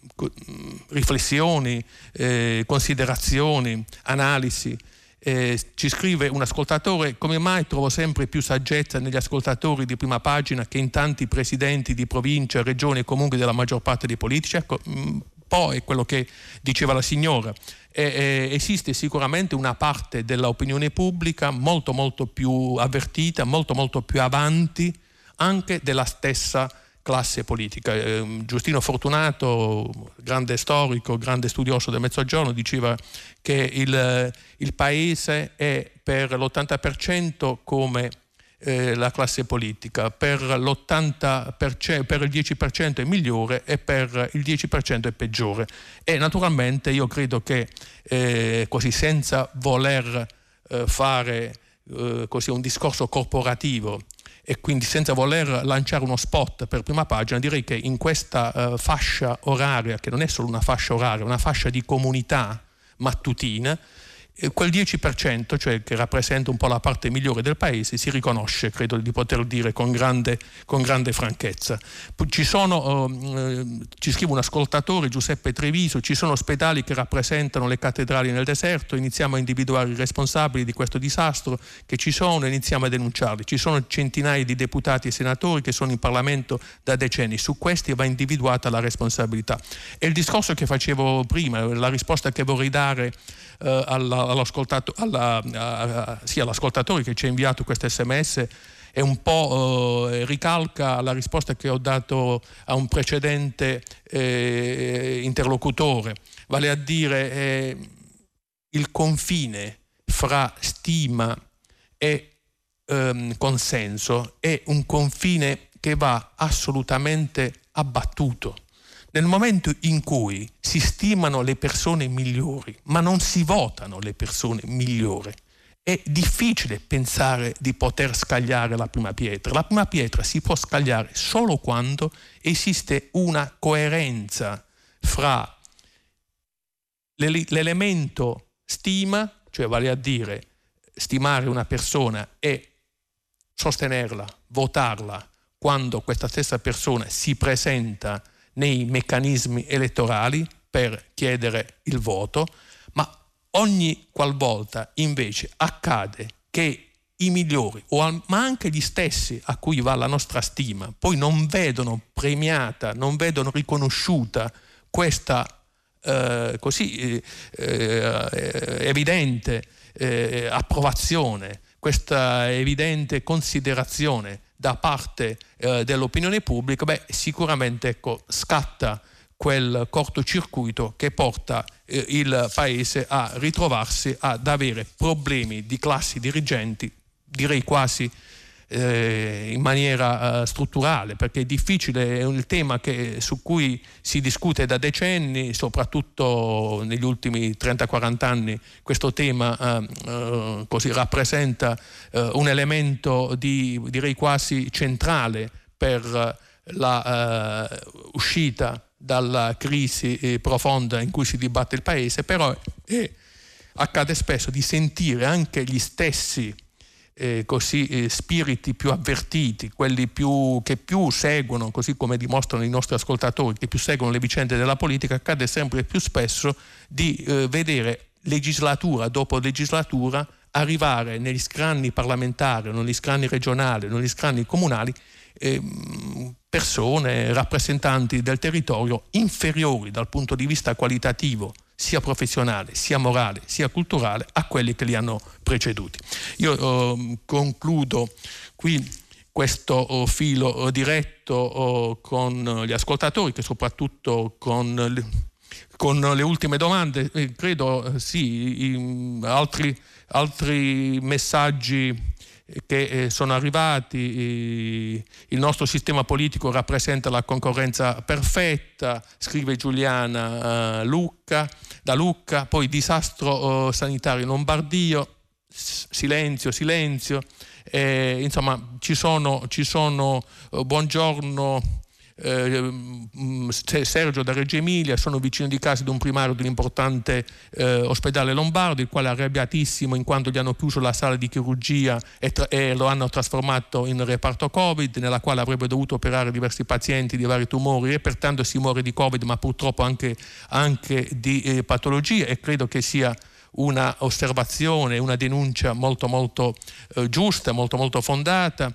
riflessioni, eh, considerazioni, analisi. Eh, ci scrive un ascoltatore: come mai trovo sempre più saggezza negli ascoltatori di prima pagina che in tanti presidenti di provincia, regioni e comunque della maggior parte dei politici? Ecco, un po' è quello che diceva la signora. Eh, eh, esiste sicuramente una parte dell'opinione pubblica molto molto più avvertita, molto molto più avanti anche della stessa classe politica. Eh, Giustino Fortunato, grande storico, grande studioso del Mezzogiorno, diceva che il, il paese è per l'ottanta per cento come eh, la classe politica, per l'ottanta per cento, per il dieci per cento è migliore e per il dieci per cento è peggiore. E naturalmente io credo che eh, così, senza voler eh, fare eh, così un discorso corporativo e quindi senza voler lanciare uno spot per prima pagina, direi che in questa uh, fascia oraria, che non è solo una fascia oraria, una fascia di comunità mattutina, eh, quel dieci per cento, cioè che rappresenta un po' la parte migliore del paese, si riconosce, credo di poter dire con grande, con grande franchezza. Ci sono, uh, ci scrive un ascoltatore, Giuseppe Treviso: ci sono ospedali che rappresentano le cattedrali nel deserto, iniziamo a individuare i responsabili di questo disastro che ci sono e iniziamo a denunciarli. Ci sono centinaia di deputati e senatori che sono in Parlamento da decenni, su questi va individuata la responsabilità. E il discorso che facevo prima, la risposta che vorrei dare Uh, alla, all'ascoltato, alla, a, a, sì, all'ascoltatore che ci ha inviato questo sms è un po' uh, ricalca la risposta che ho dato a un precedente eh, interlocutore, vale a dire eh, il confine fra stima e ehm, consenso è un confine che va assolutamente abbattuto. Nel momento in cui si stimano le persone migliori, ma non si votano le persone migliori, è difficile pensare di poter scagliare la prima pietra. La prima pietra si può scagliare solo quando esiste una coerenza fra l'elemento stima, cioè vale a dire stimare una persona e sostenerla, votarla, quando questa stessa persona si presenta nei meccanismi elettorali per chiedere il voto, ma ogni qualvolta invece accade che i migliori, o al, ma anche gli stessi a cui va la nostra stima, poi non vedono premiata, non vedono riconosciuta questa eh, così eh, evidente eh, approvazione, questa evidente considerazione da parte eh, dell'opinione pubblica, beh, sicuramente ecco, scatta quel cortocircuito che porta eh, il Paese a ritrovarsi ad avere problemi di classi dirigenti, direi quasi eh, in maniera eh, strutturale, perché è difficile, è un tema che, su cui si discute da decenni, soprattutto negli ultimi trenta quaranta anni. Questo tema eh, eh, così rappresenta eh, un elemento di, direi quasi centrale per la eh, uscita dalla crisi eh, profonda in cui si dibatte il Paese, però eh, accade spesso di sentire anche gli stessi eh, così, eh, spiriti più avvertiti, quelli più, che più seguono, così come dimostrano i nostri ascoltatori, che più seguono le vicende della politica, accade sempre più spesso di eh, vedere legislatura dopo legislatura arrivare negli scranni parlamentari, negli scranni regionali, negli scranni comunali, eh, persone, rappresentanti del territorio inferiori dal punto di vista qualitativo, sia professionale, sia morale, sia culturale, a quelli che li hanno preceduti. Io eh, concludo qui questo oh, filo oh, diretto oh, con gli ascoltatori, che soprattutto con le, con le ultime domande, eh, credo sì, i, altri, altri messaggi che sono arrivati. Il nostro sistema politico rappresenta la concorrenza perfetta, scrive Giuliana Lucca, da Lucca. Poi disastro sanitario in Lombardia, silenzio, silenzio. Eh, insomma, ci sono, ci sono buongiorno Eh, Sergio da Reggio Emilia, sono vicino di casa di un primario di un importante eh, ospedale lombardo, il quale è arrabbiatissimo in quanto gli hanno chiuso la sala di chirurgia e, tra- e lo hanno trasformato in reparto Covid, nella quale avrebbe dovuto operare diversi pazienti di vari tumori, e pertanto si muore di Covid, ma purtroppo anche, anche di eh, patologie, e credo che sia una osservazione, una denuncia molto molto eh, giusta, molto molto fondata.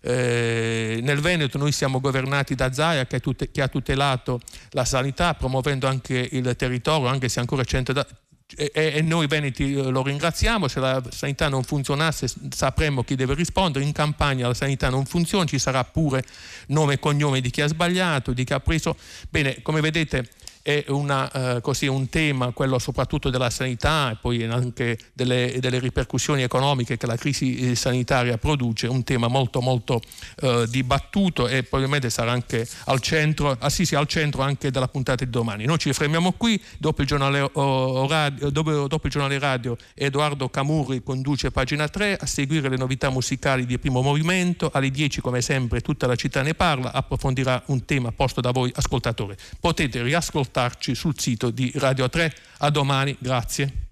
Eh, nel Veneto noi siamo governati da Zaia, che, tute- che ha tutelato la sanità, promuovendo anche il territorio, anche se ancora c'è da- e-, e noi veneti lo ringraziamo. Se la sanità non funzionasse sapremmo chi deve rispondere. In Campania la sanità non funziona, ci sarà pure nome e cognome di chi ha sbagliato, di chi ha preso. Bene, come vedete è una, eh, così, un tema, quello soprattutto della sanità, e poi anche delle, delle ripercussioni economiche che la crisi sanitaria produce, un tema molto molto eh, dibattuto, e probabilmente sarà anche al centro, ah, sì, sì, al centro anche della puntata di domani. Noi ci fermiamo qui, dopo il giornale, oh, radio, dopo, dopo il giornale radio Edoardo Camurri conduce Pagina tre, a seguire le novità musicali di Primo Movimento, alle dieci come sempre Tutta la città ne parla, approfondirà un tema posto da voi ascoltatori. Potete riascoltare sul sito di Radio tre. A domani, grazie.